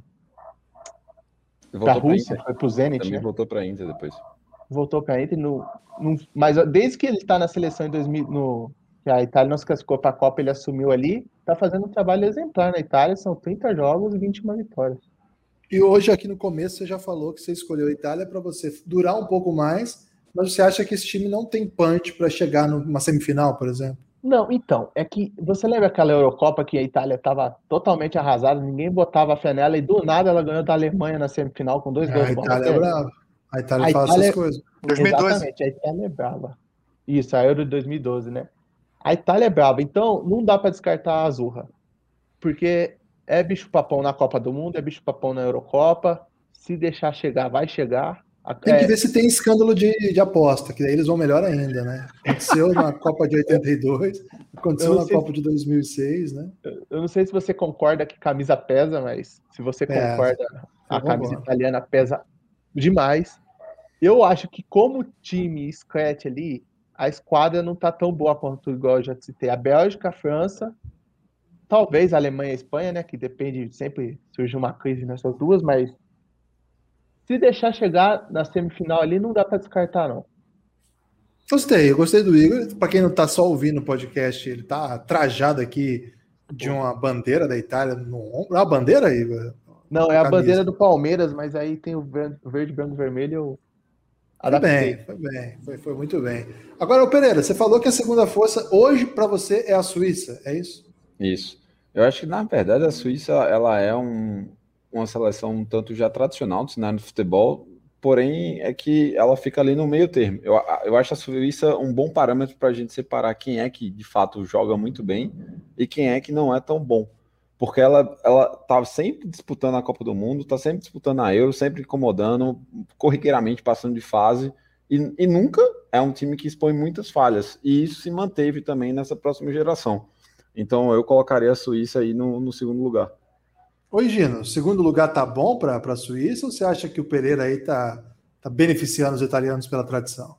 a Rússia, foi para o Zenit. Também né? voltou para a Inter depois. Voltou para a Inter. No, no, mas desde que ele está na seleção em dois mil, no, que a Itália não se classificou para a Copa, ele assumiu ali, está fazendo um trabalho exemplar na Itália. São trinta jogos e vinte e uma vitórias. E hoje, aqui no começo, você já falou que você escolheu a Itália para você durar um pouco mais, mas você acha que esse time não tem punch para chegar numa semifinal, por exemplo? Não, então, é que você lembra aquela Eurocopa que a Itália estava totalmente arrasada, ninguém botava a fé nela e do nada ela ganhou da Alemanha na semifinal com dois É, gols a do Itália é Balotelli? brava. A Itália A fala Itália- essas coisas. dois mil e doze. Exatamente, a Itália é brava. Isso, a Euro de dois mil e doze, né? A Itália é brava, então não dá para descartar a Azurra, porque é bicho-papão na Copa do Mundo, é bicho-papão na Eurocopa, se deixar chegar, vai chegar. Tem que É, ver se tem escândalo de, de aposta, que daí eles vão melhor ainda, né? Aconteceu na Copa de oitenta e dois, aconteceu Eu não na sei Copa de dois mil e seis, né? eu não sei se você concorda que camisa pesa, mas se você Pesa. concorda, a Eu camisa concordo. italiana pesa demais. Eu acho que como time scratch ali, a esquadra não tá tão boa quanto igual eu já citei. A Bélgica, a França, talvez a Alemanha e a Espanha, né? Que depende, sempre surge uma crise nessas duas, mas se deixar chegar na semifinal ali, não dá para descartar, não. Gostei, eu gostei do Igor. Para quem não está só ouvindo o podcast, ele tá trajado aqui de uma bandeira da Itália no ombro. Ah, a bandeira, Igor? Não, é a Camisa. bandeira do Palmeiras, mas aí tem o verde, branco e vermelho. Eu Foi bem, foi bem, foi, foi muito bem. Agora, ô Pereira, você falou que a segunda força hoje para você é a Suíça, é isso? Isso. Eu acho que, na verdade, a Suíça ela é um, uma seleção um tanto já tradicional do cenário do futebol, porém é que ela fica ali no meio termo. Eu, eu acho a Suíça um bom parâmetro para a gente separar quem é que, de fato, joga muito bem e quem é que não é tão bom. Porque ela, ela tá sempre disputando a Copa do Mundo, tá sempre disputando a Euro, sempre incomodando, corriqueiramente passando de fase, e, e nunca é um time que expõe muitas falhas. E isso se manteve também nessa próxima geração. Então eu colocaria a Suíça aí no, no segundo lugar. Oi, Gino, o segundo lugar tá bom para a Suíça ou você acha que o Pereira aí tá, tá beneficiando os italianos pela tradição?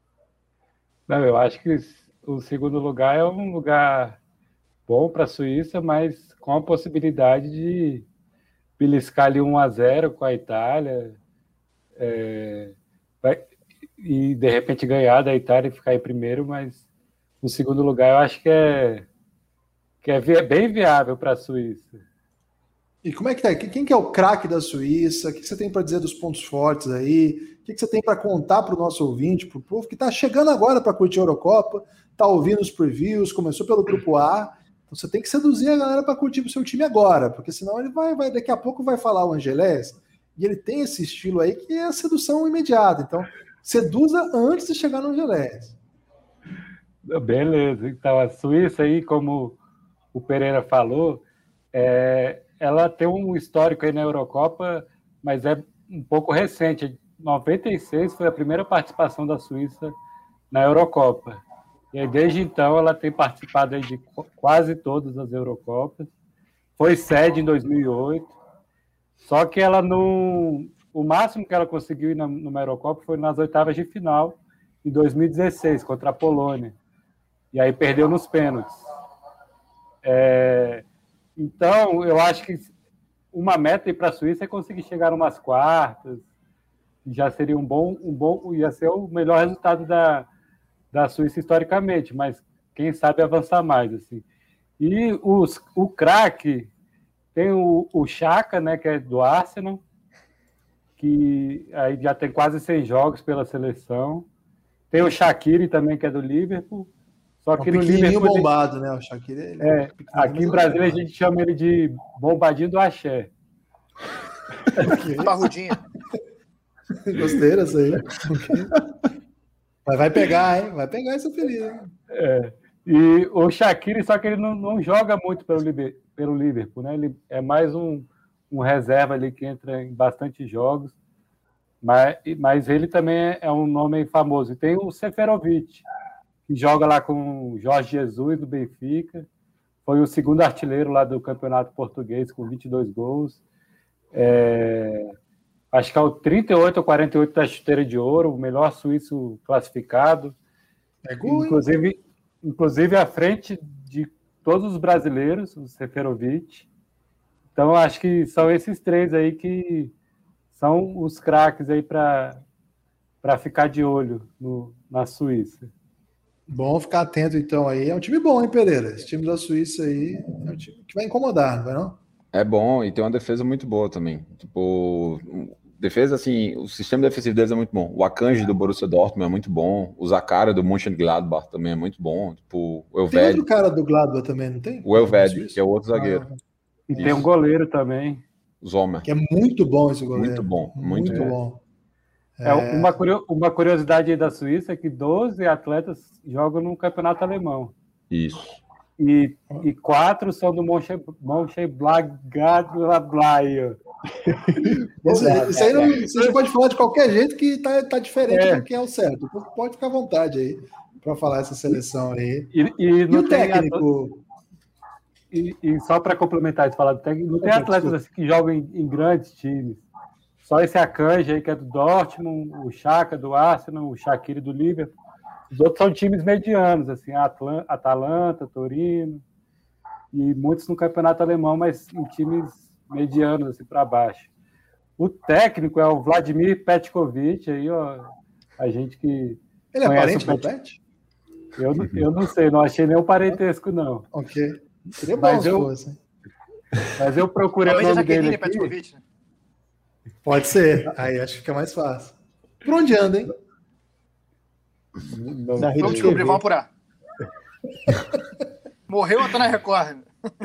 Não, eu acho que o segundo lugar é um lugar bom para a Suíça, mas com a possibilidade de beliscar ali um a zero com a Itália é, vai, e de repente ganhar da Itália e ficar em primeiro, mas o segundo lugar eu acho que é, que é bem viável para a Suíça. E como é que tá? Quem que é o craque da Suíça? O que você tem para dizer dos pontos fortes aí? O que você tem para contar para o nosso ouvinte, para o povo que está chegando agora para curtir a Eurocopa, está ouvindo os previews, começou pelo Grupo A. Então você tem que seduzir a galera para curtir o seu time agora, porque senão ele vai, vai, daqui a pouco vai falar o Angelés, e ele tem esse estilo aí que é a sedução imediata. Então, seduza antes de chegar no Angelés. Beleza. Então, a Suíça aí, como o Pereira falou, é, ela tem um histórico aí na Eurocopa, mas é um pouco recente. noventa e seis foi a primeira participação da Suíça na Eurocopa. E aí, desde então, ela tem participado aí de quase todas as Eurocopas. Foi sede em dois mil e oito. Só que ela não... O máximo que ela conseguiu ir na, numa Eurocopa foi nas oitavas de final, em dois mil e dezesseis, contra a Polônia. E aí perdeu nos pênaltis. É... Então, eu acho que uma meta para a Suíça é conseguir chegar umas quartas. Já seria um bom... Um bom ia ser o melhor resultado da... da Suíça historicamente, mas quem sabe avançar mais, assim. E os, o craque tem o, o Xhaka, né, que é do Arsenal, que aí já tem quase cem jogos pela seleção. Tem o Shaqiri também, que é do Liverpool. Só É um que no pequenininho Liverpool, bombado, né? O Shaqiri, ele é, pequenininho, aqui mas em é Brasília a bombado. gente chama ele de bombadinho do axé. Parrudinha. Gostei dessa aí. Ok. Mas vai pegar, hein? Vai pegar esse apelido, hein? É. E o Shaqiri, só que ele não, não joga muito pelo, Liber, pelo Liverpool, né? Ele é mais um, um reserva ali que entra em bastante jogos, mas, mas ele também é, é um nome famoso. E tem o Seferovic, que joga lá com o Jorge Jesus do Benfica, foi o segundo artilheiro lá do Campeonato Português com vinte e dois gols. É, acho que é o trinta e oito ou quarenta e oito da chuteira de ouro, o melhor suíço classificado. É gol, hein? Inclusive, inclusive à frente de todos os brasileiros, o Seferovic. Então, acho que são esses três aí que são os craques aí para ficar de olho no, na Suíça. Bom ficar atento, então, aí. É um time bom, hein, Pereira? Esse time da Suíça aí é um time que vai incomodar, não vai não? É bom e tem uma defesa muito boa também. Tipo, defesa, assim, o sistema defensivo deles é muito bom. O Akanji do Borussia Dortmund é muito bom. O Zakara do Mönchengladbach também é muito bom. Tipo, o Tem Elved, outro cara do Gladbach também, não tem? o Elved, Suíça? que é o outro zagueiro. Ah, E Isso. tem um goleiro também. Zomer. que é muito bom esse goleiro. Muito bom, muito muito bom. bom. É, uma, curio, uma curiosidade aí da Suíça é que doze atletas jogam no campeonato alemão. Isso. E, e quatro são do Mönchengladbach. Isso, isso aí não, você pode falar de qualquer jeito que tá, tá diferente É. do que é o certo. Então, pode ficar à vontade aí para falar essa seleção aí. E, e, E não o tem técnico? E, e só para complementar de falar do técnico, não tem atletas assim, que jogam em, em grandes times. Só esse Akanji aí, que é do Dortmund, o Xhaka do Arsenal, o Shaqiri do Liverpool. Os outros são times medianos, assim, Atlan- Atalanta, Torino, e muitos no campeonato alemão, mas em times medianos, assim, para baixo. O técnico é o Vladimir Petkovic, aí, ó, a gente que Ele é conhece parente o do Pet... Pet? Eu, não- eu não sei, não achei nenhum parentesco, não. Ok. Seria bom Mas se eu- fosse. Mas eu procurei o Talvez a nome dele Jaqueline aqui. Petkovic, né? Pode ser. Aí acho que fica mais fácil. Por onde anda, hein? Não, Na Rede Vamos descobrir, vamos apurar. Morreu ou tá na Record?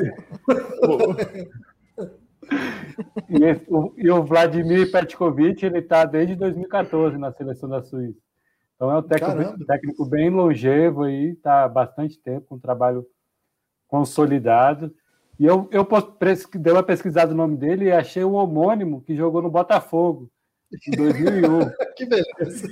E, esse- o, e o Vladimir Petkovic, ele está desde dois mil e quatorze na seleção da Suíça. Então é um técnico, Caramba. técnico bem longevo aí, está há bastante tempo, com um trabalho consolidado. E eu, eu pos- pres- dei uma pesquisada no nome dele e achei um homônimo que jogou no Botafogo em dois mil e um. Que beleza.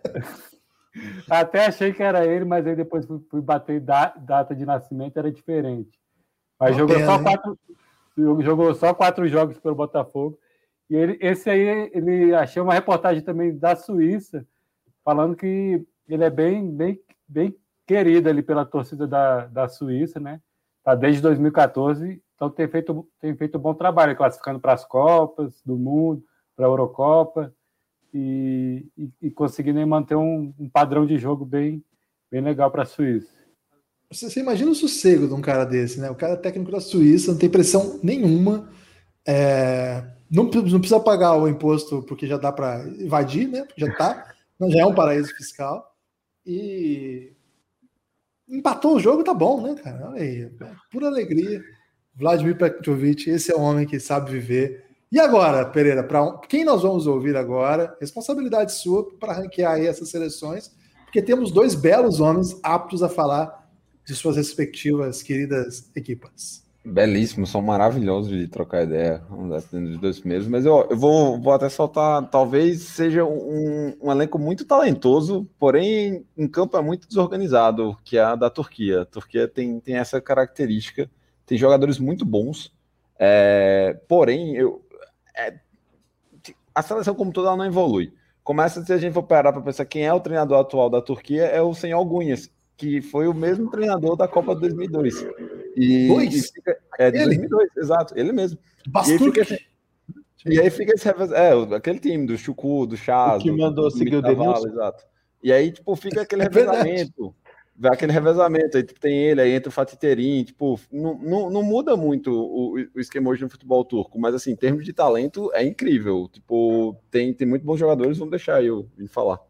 Até achei que era ele, mas aí depois fui, fui bater da- data de nascimento, era diferente. Mas Uma jogou, pena, só hein? quatro, jogou só quatro jogos pelo Botafogo. E ele, esse aí, ele achei uma reportagem também da Suíça, falando que ele é bem, bem, bem querido ali pela torcida da, da Suíça, né? Tá desde dois mil e quatorze, então tem feito, tem feito um bom trabalho, classificando para as Copas do Mundo, para a Eurocopa. E, e, e conseguindo manter um, um padrão de jogo bem, bem legal para a Suíça. Você, você imagina o sossego de um cara desse, né? O cara é técnico da Suíça, não tem pressão nenhuma, é, não, não precisa pagar o imposto porque já dá para invadir, né? Porque já tá, já é um paraíso fiscal. E empatou o jogo, tá bom, né, cara? Olha aí, é pura alegria. Vladimir Petkovic, esse é o homem que sabe viver. E agora, Pereira, para quem nós vamos ouvir agora? Responsabilidade sua para ranquear aí essas seleções, porque temos dois belos homens aptos a falar de suas respectivas queridas equipas. Belíssimos, são maravilhosos de trocar ideia, dos dois primeiros, mas eu, eu vou, vou até soltar, talvez seja um, um elenco muito talentoso, porém em campo é muito desorganizado, que é a da Turquia. A Turquia tem, tem essa característica, tem jogadores muito bons, é, porém eu, é, a seleção como toda ela não evolui. Começa, se a gente for parar para pensar quem é o treinador atual da Turquia, é o senhor Gunhas, que foi o mesmo treinador da Copa de dois mil e dois. E, Dois? e fica, é, de Ele? dois mil e dois, exato, ele mesmo. E aí Basturk. fica, assim- e aí fica esse revés, é, o- aquele time do Chuku, do Chaz, O que do- mandou do seguir o Mitavala, Denilson. exato. E aí, tipo, fica aquele É verdade. revezamento, vai aquele revezamento, aí tipo, tem ele, aí entra o Fatih Terim, tipo, não, não, não muda muito o, o esquema hoje no futebol turco, mas assim, em termos de talento, é incrível, tipo, tem, tem muito bons jogadores, vamos deixar eu vir falar.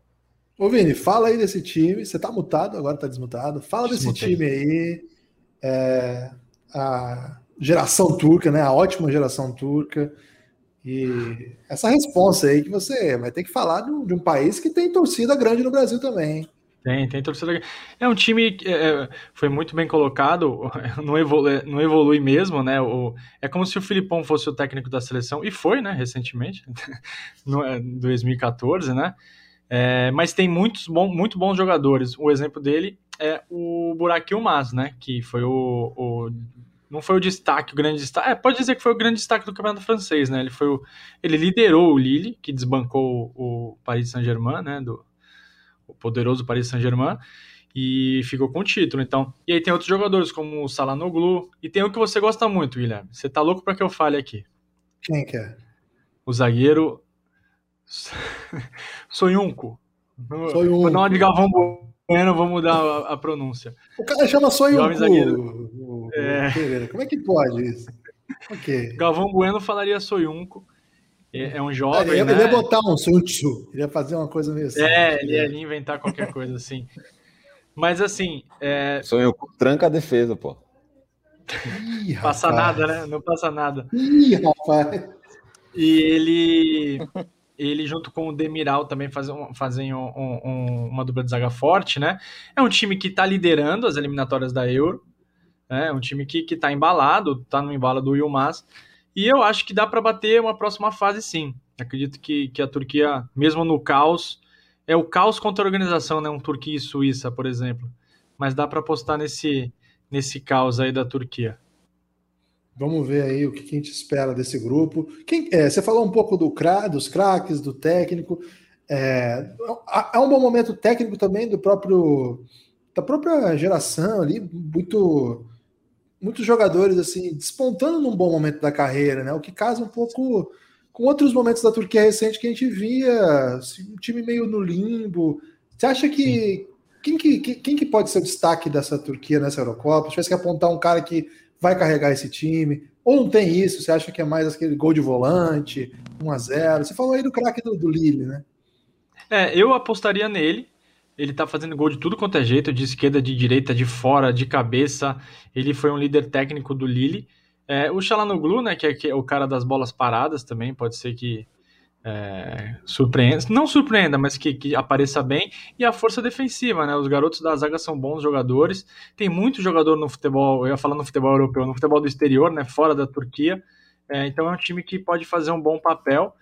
Ô, Vini, fala aí desse time. Você tá mutado, agora tá desmutado. Fala desse Desmutei. time aí. É, a geração turca, né? A ótima geração turca. E essa responsa aí que você vai ter que falar de um, de um país que tem torcida grande no Brasil também, hein? Tem, tem torcida. É um time que é, foi muito bem colocado, não evolui, não evolui mesmo, né? O, é como se o Filipão fosse o técnico da seleção, e foi, né, recentemente, no dois mil e quatorze, né? É, mas tem muitos bom, muito bons jogadores. O exemplo dele é o Burak Yılmaz, né? Que foi o, o. Não foi o destaque, o grande destaque. É, pode dizer que foi o grande destaque do campeonato francês, né? Ele, foi o, ele liderou o Lille, que desbancou o Paris Saint-Germain, né? Do, o poderoso Paris Saint-Germain, e ficou com o título. Então, e aí tem outros jogadores como o Çalhanoğlu, e tem um que você gosta muito, Guilherme. Você tá louco para que eu fale aqui? Quem que é? O zagueiro Soyuncu. Soyuncu. Vou dar uma de Galvão Bueno, vou mudar a, a pronúncia. O cara chama Soyuncu. Zagueiro. É... Como é que pode isso? Okay. Galvão Bueno falaria Soyuncu. É, é um jovem, ele, né? Ele ia botar um Soyuncu. Ele ia fazer uma coisa meio assim. É, ele ia inventar qualquer coisa assim. Mas assim... É... Soyuncu tranca a defesa, pô. Ih, passa rapaz. nada, né? Não passa nada. Ih, rapaz. E ele... Ele, junto com o Demiral, também fazem, um, fazem um, um, uma dupla de zaga forte, né? É um time que está liderando as eliminatórias da Euro, né? É um time que está embalado, está no embalo do Yılmaz, e eu acho que dá para bater uma próxima fase, sim. Acredito que, que a Turquia, mesmo no caos, é o caos contra a organização, né? Um Turquia e Suíça, por exemplo. Mas dá para apostar nesse, nesse caos aí da Turquia. Vamos ver aí o que a gente espera desse grupo. Quem, é, você falou um pouco do cra, dos craques, do técnico. É, há um bom momento técnico também do próprio da própria geração ali, muito, muitos jogadores assim despontando num bom momento da carreira, né? O que casa um pouco com outros momentos da Turquia recente que a gente via assim, um time meio no limbo. Você acha que quem, que quem que pode ser o destaque dessa Turquia nessa Eurocopa? Se tivesse que apontar um cara que vai carregar esse time, ou não tem isso, você acha que é mais aquele gol de volante, um a zero, você falou aí do craque do, do Lille, né? É, eu apostaria nele, ele tá fazendo gol de tudo quanto é jeito, de esquerda, de direita, de fora, de cabeça, ele foi um líder técnico do Lille. É, o Çalhanoğlu, né, que é, que é o cara das bolas paradas também, pode ser que É, surpreenda, não surpreenda, mas que, que apareça bem, e a força defensiva, né? Os garotos da zaga são bons jogadores, tem muito jogador no futebol, eu ia falar no futebol europeu, no futebol do exterior, né? Fora da Turquia, é, então é um time que pode fazer um bom papel,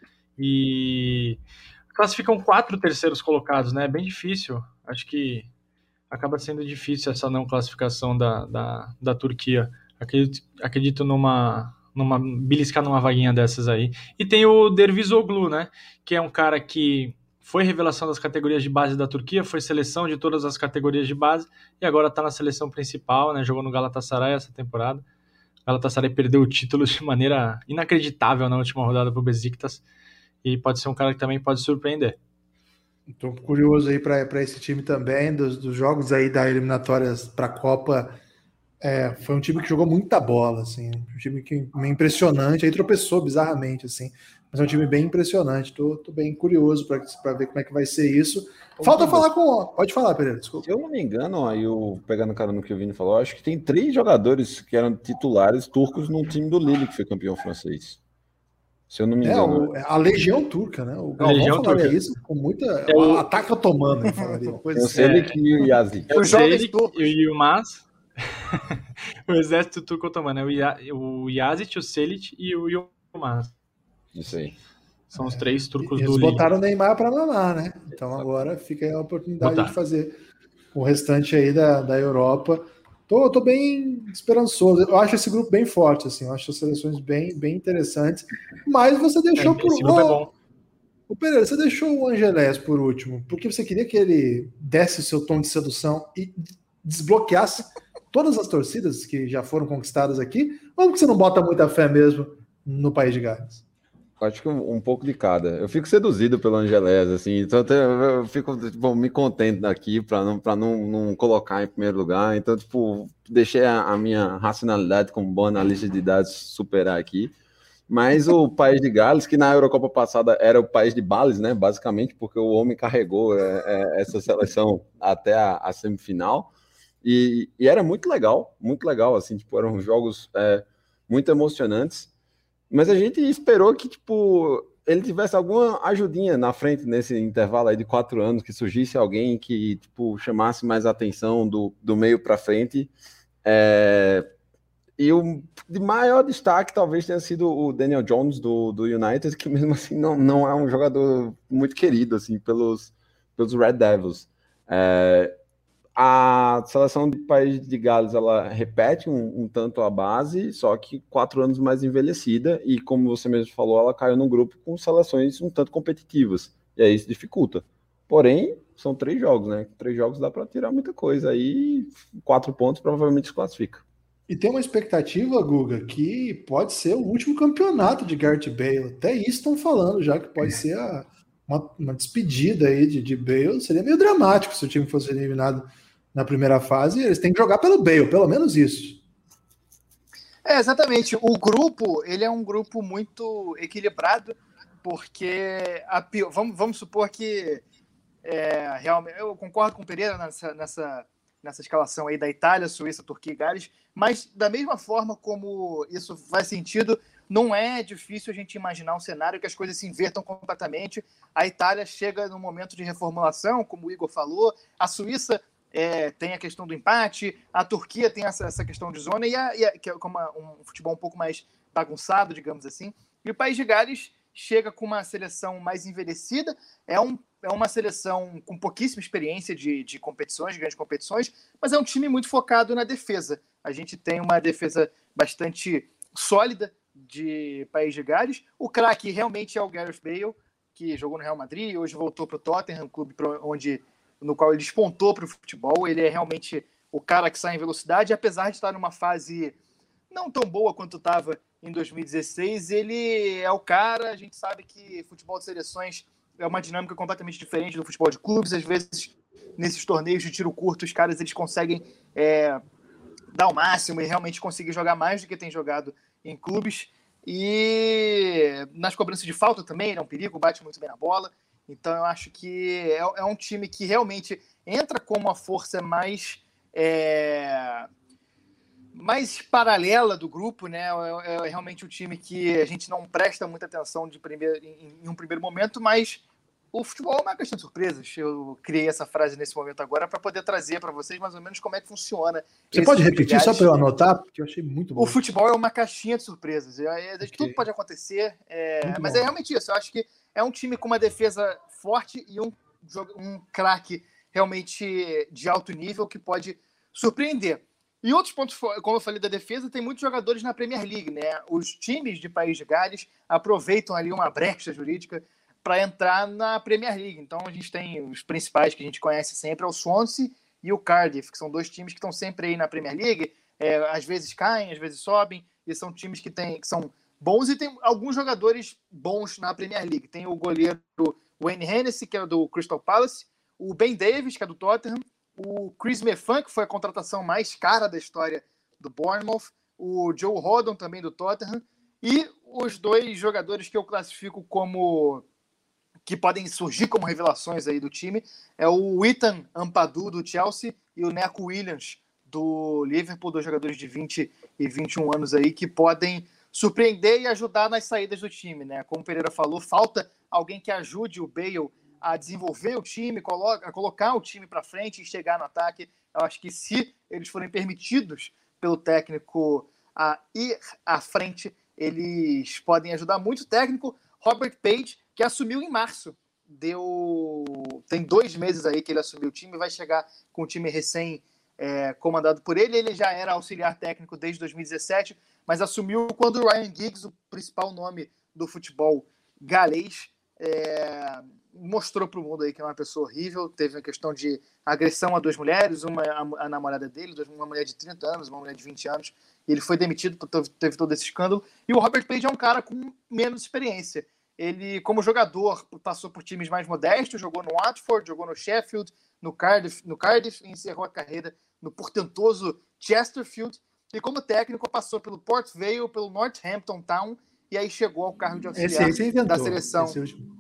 e classificam quatro terceiros colocados, né? É bem difícil, acho que acaba sendo difícil essa não classificação da, da, da Turquia. Acredito, acredito numa numa beliscar numa vaguinha dessas aí. E tem o Dervizoglu, né, que é um cara que foi revelação das categorias de base da Turquia, foi seleção de todas as categorias de base e agora está na seleção principal, né, jogou no Galatasaray essa temporada. O Galatasaray perdeu o título de maneira inacreditável na última rodada para o Besiktas e pode ser um cara que também pode surpreender. Estou curioso aí para esse time também, dos, dos jogos aí da eliminatórias para a Copa. É, foi um time que jogou muita bola, assim, um time que meio impressionante, aí tropeçou bizarramente, assim, mas é um time bem impressionante. Tô, tô bem curioso para ver como é que vai ser isso. Falta falar com. Pode falar, Pereira, desculpa. Se eu não me engano, aí eu pegando cara no que o Vini falou, acho que tem três jogadores que eram titulares turcos no time do Lille, que foi campeão francês. Se eu não me engano. É, o, a Legião Turca, né? O Legião falaria Turca. isso com muita. É o ataque otomano, ele falaria. Tem o Selik e o Yazid. É o Selik e o Yılmaz. O exército turco otomano é o Yazid, o Selit e o Yılmaz. Isso aí. São os três turcos Eles do Lille. Eles botaram o Neymar para mamar, né? Então agora fica aí a oportunidade Botar. de fazer o restante aí da, da Europa. Tô, tô bem esperançoso. Eu acho esse grupo bem forte, assim. Eu acho as seleções bem, bem interessantes. Mas você deixou é, por esse grupo é bom. O Pereira, você deixou o Angelés por último, porque você queria que ele desse o seu tom de sedução e desbloqueasse todas as torcidas que já foram conquistadas aqui, ou porque você não bota muita fé mesmo no País de Gales? Acho que um, um pouco de cada. Eu fico seduzido pelo Angelés, assim, então eu fico tipo, me contento aqui para não, pra não, não colocar em primeiro lugar. Então, tipo, deixei a, a minha racionalidade como boa analista de dados superar aqui. Mas o país de Gales, que na Eurocopa passada era o país de Bales, né? Basicamente, porque o homem carregou é, é, essa seleção até a, a semifinal. E, e era muito legal, muito legal, assim, tipo, eram jogos é, muito emocionantes. Mas a gente esperou que, tipo, ele tivesse alguma ajudinha na frente nesse intervalo aí de quatro anos, que surgisse alguém que, tipo, chamasse mais atenção do, do meio para frente. É... E o de maior destaque talvez tenha sido o Daniel Jones do, do United, que mesmo assim não, não é um jogador muito querido, assim, pelos, pelos Red Devils. É... A seleção do país de Gales, ela repete um, um tanto a base, só que quatro anos mais envelhecida, e como você mesmo falou, ela caiu num grupo com seleções um tanto competitivas, e aí isso dificulta. Porém, são três jogos, né? Três jogos dá para tirar muita coisa, aí quatro pontos provavelmente se classifica. E tem uma expectativa, Guga, que pode ser o último campeonato de Gareth Bale. Até isso estão falando já, que pode ser a, uma, uma despedida aí de, de Bale. Seria meio dramático se o time fosse eliminado na primeira fase. Eles têm que jogar pelo Bale, pelo menos isso. É, exatamente. O grupo, ele é um grupo muito equilibrado, porque a, vamos, vamos supor que é, realmente, eu concordo com o Pereira nessa, nessa, nessa escalação aí da Itália, Suíça, Turquia e Gales, mas da mesma forma como isso faz sentido, não é difícil a gente imaginar um cenário que as coisas se invertam completamente. A Itália chega num momento de reformulação, como o Igor falou, a Suíça É, tem a questão do empate, a Turquia tem essa, essa questão de zona, e, a, e a, que é como uma, um futebol um pouco mais bagunçado, digamos assim. E o País de Gales chega com uma seleção mais envelhecida, é, um, é uma seleção com pouquíssima experiência de, de competições, de grandes competições, mas é um time muito focado na defesa. A gente tem uma defesa bastante sólida de País de Gales. O craque realmente é o Gareth Bale, que jogou no Real Madrid, hoje voltou para o Tottenham, clube onde... no qual ele despontou para o futebol. Ele é realmente o cara que sai em velocidade, e apesar de estar numa fase não tão boa quanto estava em dois mil e dezesseis, ele é o cara. A gente sabe que futebol de seleções é uma dinâmica completamente diferente do futebol de clubes. Às vezes, nesses torneios de tiro curto, os caras eles conseguem é, dar o máximo e realmente conseguir jogar mais do que tem jogado em clubes. E nas cobranças de falta também, ele é um perigo, bate muito bem na bola. Então, eu acho que é, é um time que realmente entra com uma força mais, é, mais paralela do grupo, né? É, é realmente um time que a gente não presta muita atenção de primeiro, em, em um primeiro momento, mas o futebol é uma questão de surpresas. Eu criei essa frase nesse momento agora para poder trazer para vocês mais ou menos como é que funciona. Você pode repetir só para eu anotar? Porque eu achei muito bom. O futebol é uma caixinha de surpresas. É, okay. Tudo pode acontecer, é, mas bom. É realmente isso. Eu acho que é um time com uma defesa forte e um, um craque realmente de alto nível que pode surpreender. E outros pontos, como eu falei da defesa, tem muitos jogadores na Premier League, né? Os times de País de Gales aproveitam ali uma brecha jurídica para entrar na Premier League. Então a gente tem os principais que a gente conhece sempre, é o Swansea e o Cardiff, que são dois times que estão sempre aí na Premier League. É, às vezes caem, às vezes sobem, e são times que, tem, que são bons, e tem alguns jogadores bons na Premier League. Tem o goleiro Wayne Hennessy, que é do Crystal Palace, o Ben Davies, que é do Tottenham, o Chris Mefan, que foi a contratação mais cara da história do Bournemouth, o Joe Rodon, também do Tottenham, e os dois jogadores que eu classifico como... que podem surgir como revelações aí do time, é o Ethan Ampadu, do Chelsea, e o Neco Williams, do Liverpool, dois jogadores de vinte e vinte e um anos aí, que podem surpreender e ajudar nas saídas do time, né? Como o Pereira falou, falta alguém que ajude o Bale a desenvolver o time, a colocar o time para frente e chegar no ataque. Eu acho que se eles forem permitidos pelo técnico a ir à frente, eles podem ajudar muito. O técnico Robert Page, que assumiu em março, deu tem dois meses aí que ele assumiu o time, vai chegar com o time recém é, comandado por ele. Ele já era auxiliar técnico desde dois mil e dezessete, mas assumiu quando o Ryan Giggs, o principal nome do futebol galês, é, mostrou para o mundo aí que é uma pessoa horrível. Teve uma questão de agressão a duas mulheres, uma a, a namorada dele, uma mulher de trinta anos, uma mulher de vinte anos, e ele foi demitido, teve todo esse escândalo. E o Robert Page é um cara com menos experiência. Ele, como jogador, passou por times mais modestos, jogou no Watford, jogou no Sheffield, no Cardiff, no Cardiff e encerrou a carreira no portentoso Chesterfield. E como técnico, passou pelo Port Vale, pelo Northampton Town e aí chegou ao cargo de auxiliar esse, esse inventou, da seleção. Esse...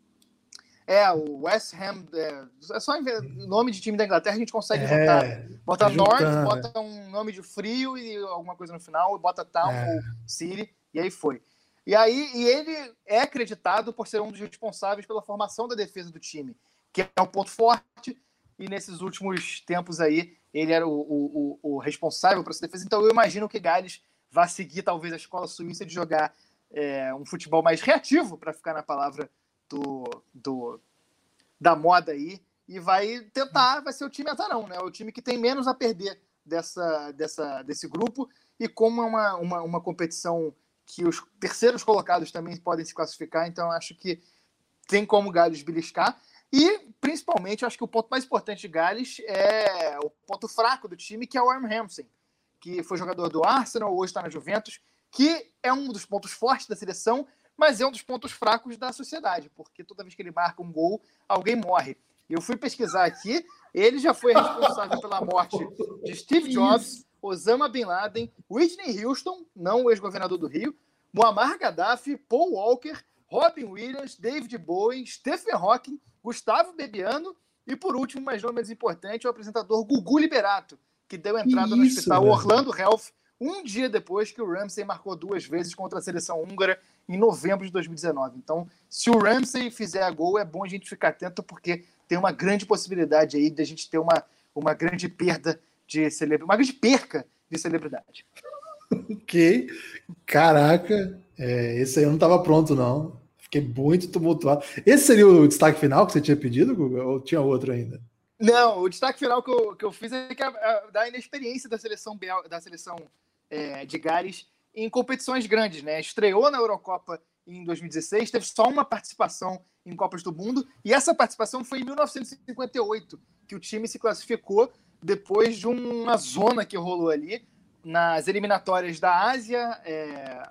É, o West Ham, é, é só nome de time da Inglaterra a gente consegue é, juntar. Bota tá North, juntando, bota é. um nome de frio e alguma coisa no final, e bota Town é. ou City, e aí foi. E aí e ele é acreditado por ser um dos responsáveis pela formação da defesa do time, que é um ponto forte, e nesses últimos tempos aí ele era o, o, o, o responsável por essa defesa. Então eu imagino que Gales vai seguir talvez a escola suíça de jogar é, um futebol mais reativo, para ficar na palavra do, do, da moda aí, e vai tentar, vai ser o time azarão, né? O time que tem menos a perder dessa, dessa, desse grupo, e como é uma, uma, uma competição que os terceiros colocados também podem se classificar, então acho que tem como Gales beliscar. E, principalmente, eu acho que o ponto mais importante de Gales é o ponto fraco do time, que é o Aaron Ramsey, que foi jogador do Arsenal, hoje está na Juventus, que é um dos pontos fortes da seleção, mas é um dos pontos fracos da sociedade, porque toda vez que ele marca um gol, alguém morre. Eu fui pesquisar aqui, ele já foi responsável pela morte de Steve Jobs, Osama Bin Laden, Whitney Houston, não o ex-governador do Rio, Muammar Gaddafi, Paul Walker, Robin Williams, David Bowie, Stephen Hawking, Gustavo Bebiano e, por último, mas não menos importante, o apresentador Gugu Liberato, que deu entrada Isso, no hospital velho. Orlando Health um dia depois que o Ramsey marcou duas vezes contra a seleção húngara em novembro de dois mil e dezenove. Então, se o Ramsey fizer a gol, é bom a gente ficar atento, porque tem uma grande possibilidade aí de a gente ter uma, uma grande perda de celebridade, uma grande perca de celebridade. Ok. Caraca, é, esse aí eu não estava pronto, não. Fiquei muito tumultuado. Esse seria o destaque final que você tinha pedido, Guga? Ou tinha outro ainda? Não, o destaque final que eu, que eu fiz é que a, a, da inexperiência da seleção, da seleção é, de Gales em competições grandes, né? Estreou na Eurocopa em dois mil e dezesseis, teve só uma participação em Copas do Mundo, e essa participação foi em mil novecentos e cinquenta e oito, que o time se classificou depois de uma zona que rolou ali nas eliminatórias da Ásia, é,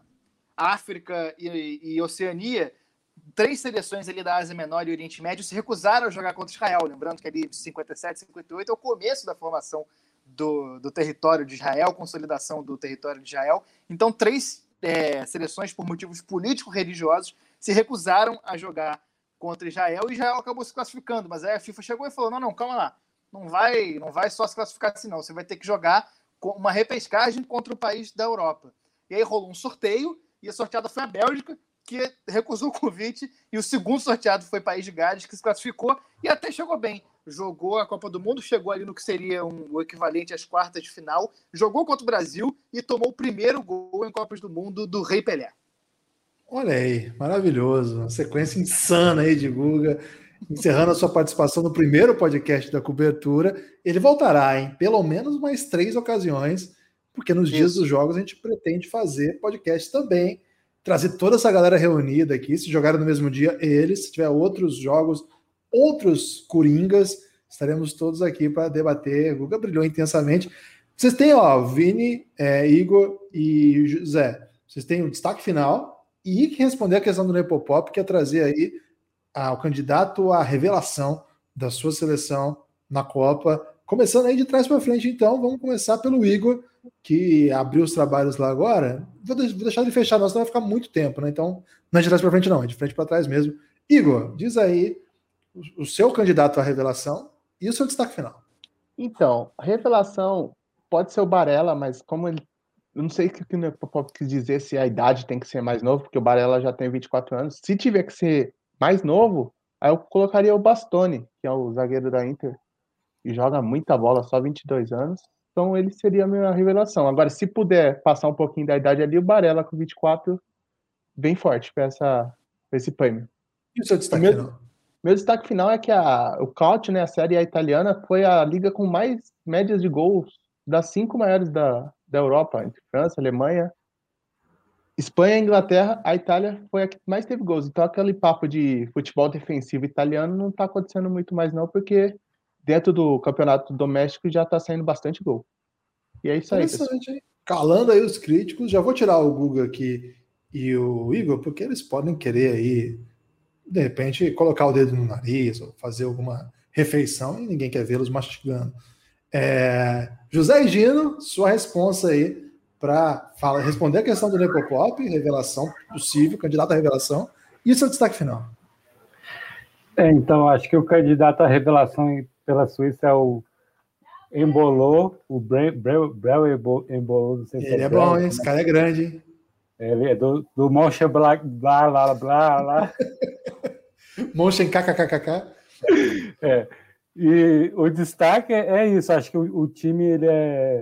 África e, e Oceania. Três seleções ali da Ásia Menor e Oriente Médio se recusaram a jogar contra Israel, lembrando que ali de cinquenta e sete, cinquenta e oito é o começo da formação do, do território de Israel, consolidação do território de Israel. Então, três é, seleções, por motivos político-religiosos, se recusaram a jogar contra Israel, e Israel acabou se classificando, mas aí a FIFA chegou e falou, não, não, calma lá, não vai, não vai só se classificar assim não, você vai ter que jogar uma repescagem contra o país da Europa. E aí rolou um sorteio, e a sorteada foi a Bélgica, que recusou o convite, e o segundo sorteado foi o País de Gales, que se classificou e até chegou bem. Jogou a Copa do Mundo, chegou ali no que seria um, o equivalente às quartas de final, jogou contra o Brasil e tomou o primeiro gol em Copas do Mundo do Rei Pelé. Olha aí, maravilhoso. Uma sequência insana aí de Guga, encerrando a sua participação no primeiro podcast da cobertura. Ele voltará em pelo menos mais três ocasiões, porque nos Isso. dias dos jogos a gente pretende fazer podcast também, trazer toda essa galera reunida aqui, se jogarem no mesmo dia, eles, se tiver outros jogos, outros coringas, estaremos todos aqui para debater. Guga brilhou intensamente. Vocês têm, ó, Vini, é, Igor e José, vocês têm o destaque final e que responder a questão do Nepopop, que é trazer aí ah, o candidato à revelação da sua seleção na Copa. Começando aí de trás para frente, então, vamos começar pelo Igor, que abriu os trabalhos lá agora. Vou deixar ele fechar, senão vai ficar muito tempo, né? Então, não é de trás para frente, não, é de frente para trás mesmo. Igor, diz aí o seu candidato à revelação e o seu destaque final. Então, a revelação pode ser o Barella, mas como ele. Eu não sei o que o quis dizer, se a idade tem que ser mais novo, porque o Barella já tem vinte e quatro anos. Se tiver que ser mais novo, aí eu colocaria o Bastoni, que é o zagueiro da Inter, e joga muita bola, só vinte e dois anos. Então ele seria a minha revelação. Agora, se puder passar um pouquinho da idade ali, o Barella com vinte e quatro, bem forte para essa, esse prêmio. E o seu destaque meu, final? Meu destaque final é que a, o Calcio, né, a série italiana, foi a liga com mais médias de gols das cinco maiores da, da Europa, entre França, Alemanha, Espanha e Inglaterra. A Itália foi a que mais teve gols. Então aquele papo de futebol defensivo italiano não está acontecendo muito mais não, porque dentro do campeonato doméstico já está saindo bastante gol. E é isso aí. Interessante, hein? Calando aí os críticos, já vou tirar o Guga aqui e o Igor, porque eles podem querer aí, de repente, colocar o dedo no nariz ou fazer alguma refeição e ninguém quer vê-los mastigando. É... José e Gino, sua responsa aí para responder a questão do Nepopop, revelação possível, candidato à revelação, e o seu destaque final. É, então, acho que o candidato à revelação pela Suíça é o Embolou, o Breu Embolou, não sei se Ele é, é bom, hein? Esse cara é grande, hein? Ele é do, do Mönchengladbach, blá, blá, blá, blá. Mönchengladbach. É. E o destaque é isso, acho que o, o time ele é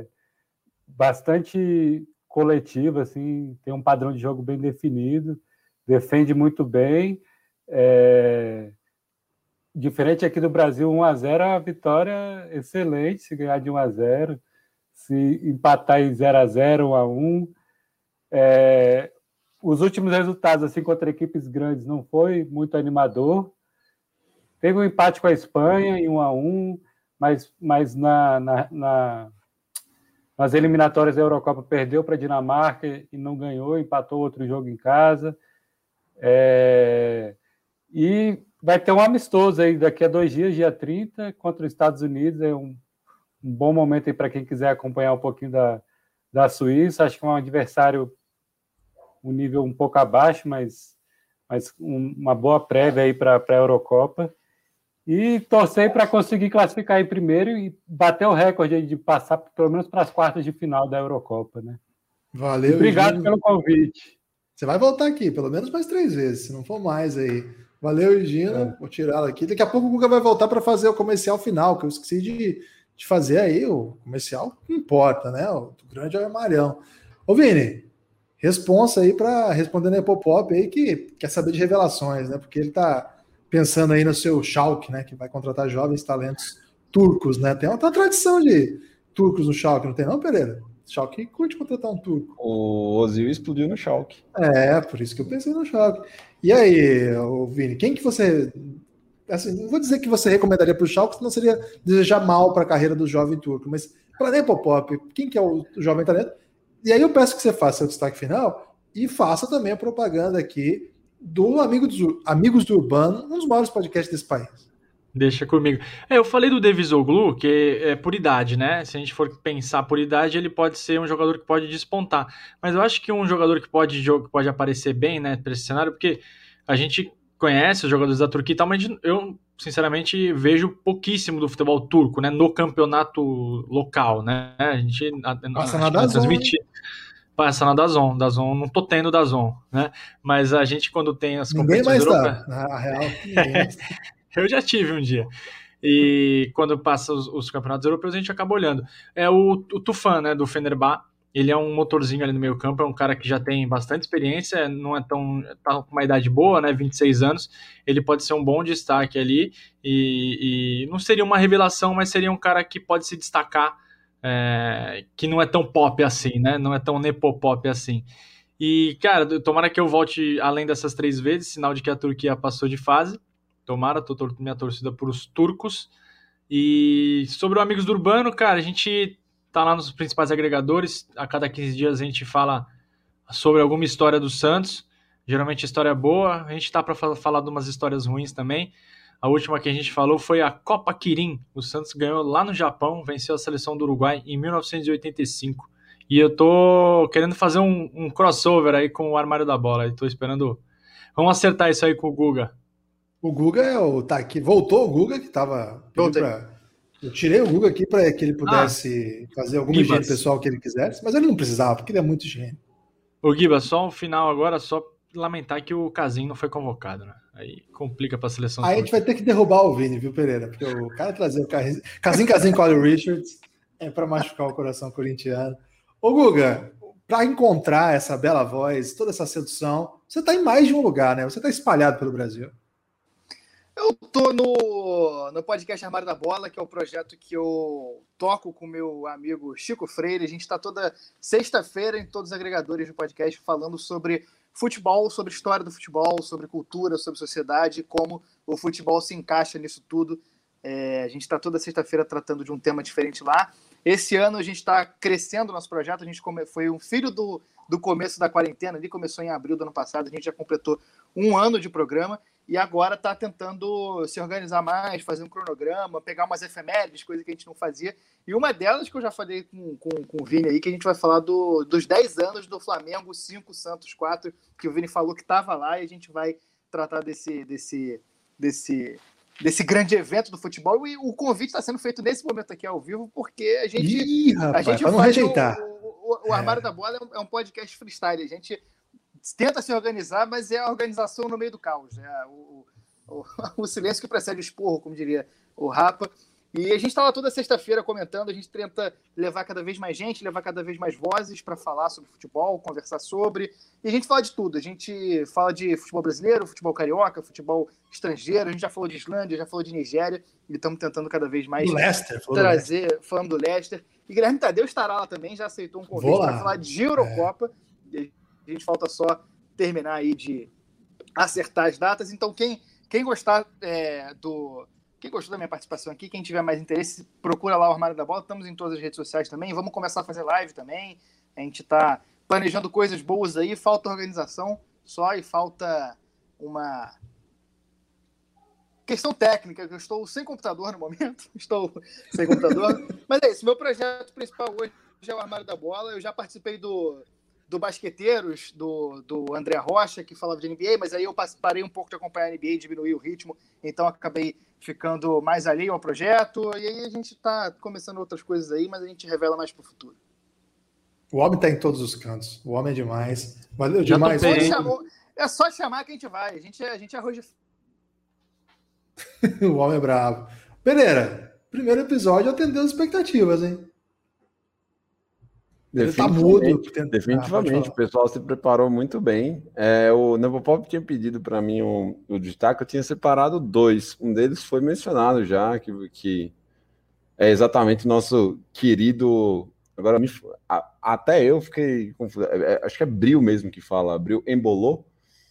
bastante coletivo, assim, tem um padrão de jogo bem definido, defende muito bem. É... Diferente aqui do Brasil, um a zero é uma vitória excelente, se ganhar de um a zero, se empatar em zero a zero, um a um. É... Os últimos resultados assim, contra equipes grandes não foi muito animador. Teve um empate com a Espanha em um a um, mas, mas na, na, na, nas eliminatórias da Eurocopa perdeu para a Dinamarca e não ganhou, empatou outro jogo em casa. É... E vai ter um amistoso aí daqui a dois dias, dia trinta, contra os Estados Unidos. É um, um bom momento aí para quem quiser acompanhar um pouquinho da, da Suíça. Acho que é um adversário um nível um pouco abaixo, mas, mas um, uma boa prévia aí para a Eurocopa. E torcer para conseguir classificar em primeiro e bater o recorde aí de passar pelo menos para as quartas de final da Eurocopa, né? Valeu. E obrigado Gino. pelo convite. Você vai voltar aqui, pelo menos mais três vezes, se não for mais aí. Valeu, Gino. É. Vou tirar ela aqui. Daqui a pouco o Guga vai voltar para fazer o comercial final, que eu esqueci de, de fazer aí. O comercial não importa, né? O grande é o Amarão. Ô, Vini, responsa aí para responder no Nepopop aí, que quer saber de revelações, né? Porque ele tá pensando aí no seu Schalke, né? Que vai contratar jovens talentos turcos, né? Tem uma, uma tradição de turcos no Schalke, não tem não, Pereira? Schalke curte contratar um turco. O Ozil explodiu no Schalke. É, por isso que eu pensei no Schalke. E aí, Vini, quem que você... Assim, não vou dizer que você recomendaria para o Schalke, senão seria desejar mal para a carreira do jovem turco, mas para Nepopop, quem que é o jovem talento? E aí eu peço que você faça seu destaque final e faça também a propaganda aqui do Amigo dos, Amigos do Urbano, um dos maiores podcasts desse país. Deixa comigo. É, eu falei do Devizoglu, que é por idade, né? Se a gente for pensar por idade, ele pode ser um jogador que pode despontar. Mas eu acho que um jogador que pode, que pode aparecer bem, né, para esse cenário, porque a gente conhece os jogadores da Turquia e tal, mas eu, sinceramente, vejo pouquíssimo do futebol turco, né, no campeonato local, né? A gente... Passa na Dazon, Passa na Dazon. Dazon, não tô tendo Dazon, né? Mas a gente, quando tem as ninguém competições mais europeias... tá, na real, ninguém mais tá. Eu já tive um dia. E quando passa os, os campeonatos europeus, a gente acaba olhando. É o, o Tufan, né, do Fenerbahçe. Ele é um motorzinho ali no meio campo, é um cara que já tem bastante experiência, não é tão... tá com uma idade boa, né, vinte e seis anos. Ele pode ser um bom destaque ali. E, e não seria uma revelação, mas seria um cara que pode se destacar, é, que não é tão pop assim, né? Não é tão nepopop assim. E, cara, tomara que eu volte além dessas três vezes, sinal de que a Turquia passou de fase. Tomara, tô, tô minha torcida para os turcos. E sobre o Amigos do Urbano, cara, a gente tá lá nos principais agregadores. A cada quinze dias a gente fala sobre alguma história do Santos. Geralmente história boa. A gente tá para falar de umas histórias ruins também. A última que a gente falou foi a Copa Kirin. O Santos ganhou lá no Japão, venceu a seleção do Uruguai em mil novecentos e oitenta e cinco. E eu tô querendo fazer um, um crossover aí com o Armário da Bola. Eu tô esperando... Vamos acertar isso aí com o Guga. O Guga é o... Tá aqui. Voltou o Guga, que tava... Pra... Eu tirei o Guga aqui para que ele pudesse ah, fazer alguma higiene pessoal que ele quisesse, mas ele não precisava, porque ele é muito higiene. Ô Guiba, só um final agora, só lamentar que o Casim não foi convocado, né? Aí complica para a seleção. Aí a gente vai ter que derrubar o Vini, viu, Pereira? Porque o cara trazer o Casim, Casim com o Richards é para machucar o coração corintiano. Ô Guga, para encontrar essa bela voz, toda essa sedução, você está em mais de um lugar, né? Você está espalhado pelo Brasil. Eu tô no, no podcast Armário da Bola, que é o projeto que eu toco com meu amigo Chico Freire. A gente está toda sexta-feira em todos os agregadores de podcast falando sobre futebol, sobre história do futebol, sobre cultura, sobre sociedade, como o futebol se encaixa nisso tudo. É, a gente está toda sexta-feira tratando de um tema diferente lá. Esse ano a gente está crescendo o nosso projeto. A gente come, foi um filho do, do começo da quarentena, ele começou em abril do ano passado, a gente já completou um ano de programa. e agora está tentando se organizar mais, fazer um cronograma, pegar umas efemérides, coisa que a gente não fazia. E uma delas que eu já falei com, com, com o Vini aí, que a gente vai falar do, dos dez anos do Flamengo, cinco, Santos quatro, que o Vini falou que estava lá, e a gente vai tratar desse, desse, desse, desse grande evento do futebol. E o convite está sendo feito nesse momento aqui ao vivo, porque a gente, Ih, rapaz, a gente pra não faz rejeitar. O, o, o Armário é. da Bola é um, é um podcast freestyle. A gente tenta se organizar, mas é a organização no meio do caos. Né? O, o, o silêncio que precede o esporro, como diria o Rapa. E a gente está lá toda sexta-feira comentando, a gente tenta levar cada vez mais gente, levar cada vez mais vozes para falar sobre futebol, conversar sobre. E a gente fala de tudo. A gente fala de futebol brasileiro, futebol carioca, futebol estrangeiro. A gente já falou de Islândia, já falou de Nigéria. E estamos tentando cada vez mais do Leicester, trazer, do Leicester. falando do Leicester. E Guilherme Tadeu estará lá também, já aceitou um convite para falar de Eurocopa. É. A gente falta só terminar aí de acertar as datas. Então, quem, quem gostar é, do... Quem gostou da minha participação aqui, quem tiver mais interesse, procura lá o Armário da Bola. Estamos em todas as redes sociais também. Vamos começar a fazer live também. A gente está planejando coisas boas aí. Falta organização só e falta uma questão técnica. Eu estou sem computador no momento. Estou sem computador. Mas é isso. Meu projeto principal hoje é o Armário da Bola. Eu já participei do... do Basqueteiros, do, do André Rocha, que falava de N B A, mas aí eu parei um pouco de acompanhar a N B A, diminuí o ritmo, então acabei ficando mais alheio ao projeto, e aí a gente está começando outras coisas aí, mas a gente revela mais para o futuro. O homem está em todos os cantos, o homem é demais, valeu Já demais. bem, chamou, é só chamar que a gente vai, a gente é, a gente é arroz de... O homem é bravo. Pereira, primeiro episódio atendeu as expectativas, hein? Ele tá mudo. Definitivamente, ah, o pessoal se preparou muito bem. É, o Nevopop tinha pedido para mim o, o destaque, eu tinha separado dois. Um deles foi mencionado já, que, que é exatamente o nosso querido... Agora, me, a, até eu fiquei confuso. É, acho que é Bril mesmo que fala, Bril embolou.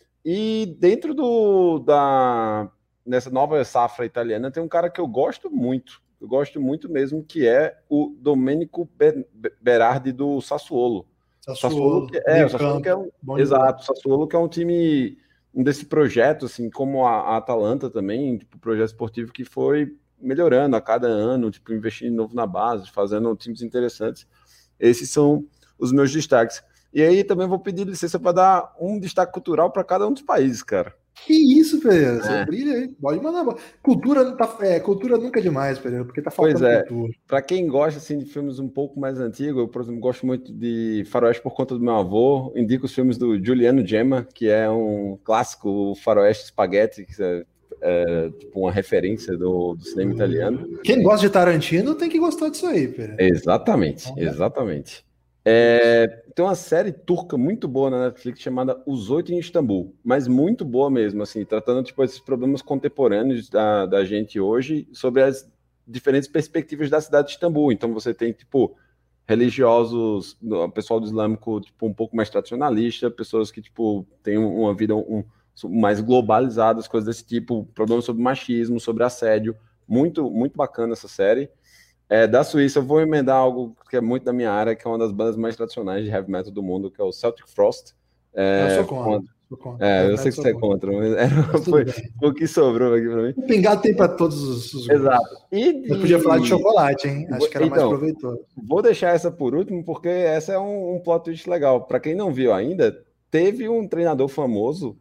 E dentro do, da, nessa nova safra italiana tem um cara que eu gosto muito. Eu gosto muito mesmo, que é o Domenico Berardi do Sassuolo. Sassuolo, Sassuolo que, é, o Sassuolo que é um, exato, Sassuolo que é um time um desse projeto, assim, como a, a Atalanta também, tipo, projeto esportivo que foi melhorando a cada ano, tipo, investindo de novo na base, fazendo times interessantes. Esses são os meus destaques. E aí também vou pedir licença para dar um destaque cultural para cada um dos países, cara. Que isso, Pereira? Você é. brilha aí. Pode mandar. Cultura, tá, é, cultura nunca é demais, Pereira, porque tá faltando pois é. cultura. Para quem gosta assim, de filmes um pouco mais antigos, eu, por exemplo, gosto muito de Faroeste por conta do meu avô. Indico os filmes do Giuliano Gemma, que é um clássico Faroeste Spaghetti, que é, é tipo uma referência do, do cinema italiano. Quem gosta de Tarantino tem que gostar disso aí, Pereira. Exatamente, exatamente. É, tem uma série turca muito boa na Netflix chamada Os Oito em Istambul, mas muito boa mesmo, assim, tratando tipo, esses problemas contemporâneos da, da gente hoje sobre as diferentes perspectivas da cidade de Istambul. Então você tem, tipo, religiosos, o pessoal do islâmico tipo, um pouco mais tradicionalista, pessoas que, tipo, têm uma vida um, mais globalizada, coisas desse tipo, problemas sobre machismo, sobre assédio. Muito, muito bacana essa série. É, da Suíça, eu vou emendar algo que é muito da minha área, que é uma das bandas mais tradicionais de heavy metal do mundo, que é o Celtic Frost. É, eu sou contra. Quando... Sou contra. É, eu, eu sei que você é contra, mas era, foi o que sobrou aqui para mim. O pingado tem para todos os, os Exato. E, eu podia falar de chocolate, hein? Acho que era então, mais proveitoso. Vou deixar essa por último, porque essa é um, um plot twist legal. Para quem não viu ainda, teve um treinador famoso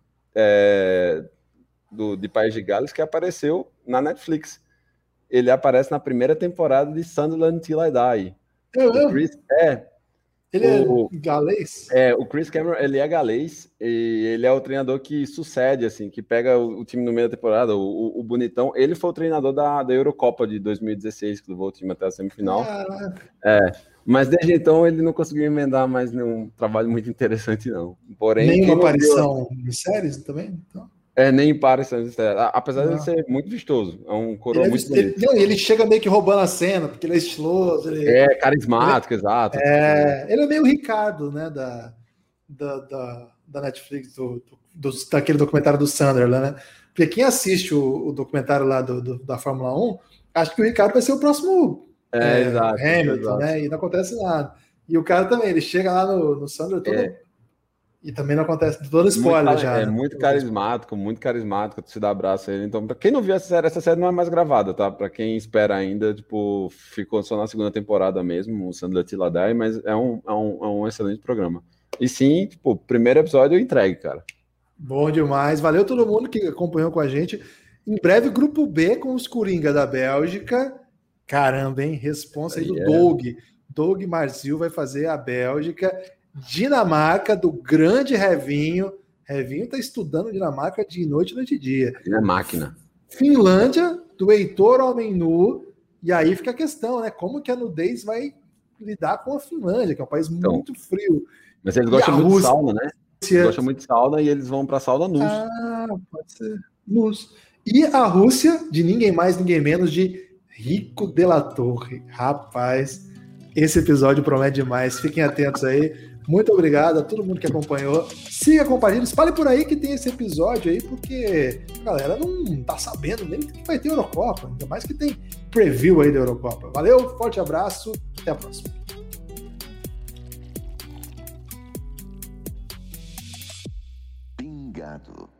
é, do, de País de Gales que apareceu na Netflix. Ele aparece na primeira temporada de Sunderland Till I Die. Eu, eu. O Chris, é. Ele o, é galês? É, o Chris Cameron, ele é galês e ele é o treinador que sucede, assim, que pega o, o time no meio da temporada, o, o, o bonitão. Ele foi o treinador da, da Eurocopa de dois mil e dezesseis, que levou o time até a semifinal. Caraca. É, mas desde então ele não conseguiu emendar mais nenhum trabalho muito interessante, não. Porém, nenhuma aparição viu... em séries também? Então... É, nem para, apesar não. de ele ser muito vistoso. É um coroa ele, muito ele, bonito. Não, ele chega meio que roubando a cena, porque ele é estiloso. Ele, é, carismático, ele, exato. É, ele é meio Ricardo, né, da, da, da, da Netflix, do, do, daquele documentário do Sunderland, né? Porque quem assiste o, o documentário lá do, do, da Fórmula um, acha que o Ricardo vai ser o próximo é, é, exato, Hamilton, exato. né? E não acontece nada. E o cara também, ele chega lá no, no Sunderland todo... É. E também não acontece todo spoiler muito, já. É né? muito carismático, muito carismático, tu se dá abraço a ele. Então, pra quem não viu essa série, essa série não é mais gravada, tá? Pra quem espera ainda, tipo, ficou só na segunda temporada mesmo, o Sandler Tiladai, mas é um, é, um, é um excelente programa. E sim, tipo, primeiro episódio eu entregue, cara. Bom demais. Valeu todo mundo que acompanhou com a gente. Em breve, grupo B com os Coringa da Bélgica. Caramba, hein? Responsa aí do É. Doug. Doug Marzil vai fazer a Bélgica. Dinamarca, do grande Revinho. Revinho tá estudando Dinamarca de noite, noite e dia. Ele é máquina. Finlândia, do Heitor Homem Nu. E aí fica a questão, né? Como que a nudez vai lidar com a Finlândia, que é um país Então, muito frio. Mas eles gostam E a muito Rússia? de sauna, né? Eles gostam muito de sauna e eles vão pra sauna nus. Ah, pode ser. Nus. E a Rússia, de ninguém mais, ninguém menos, de Rico de la Torre. Rapaz, esse episódio promete demais. Fiquem atentos aí. Muito obrigado a todo mundo que acompanhou. Siga, compartilhe, espalhe por aí que tem esse episódio aí, porque a galera não tá sabendo nem que vai ter Eurocopa. Ainda mais que tem preview aí da Eurocopa. Valeu, forte abraço, até a próxima. Pingado.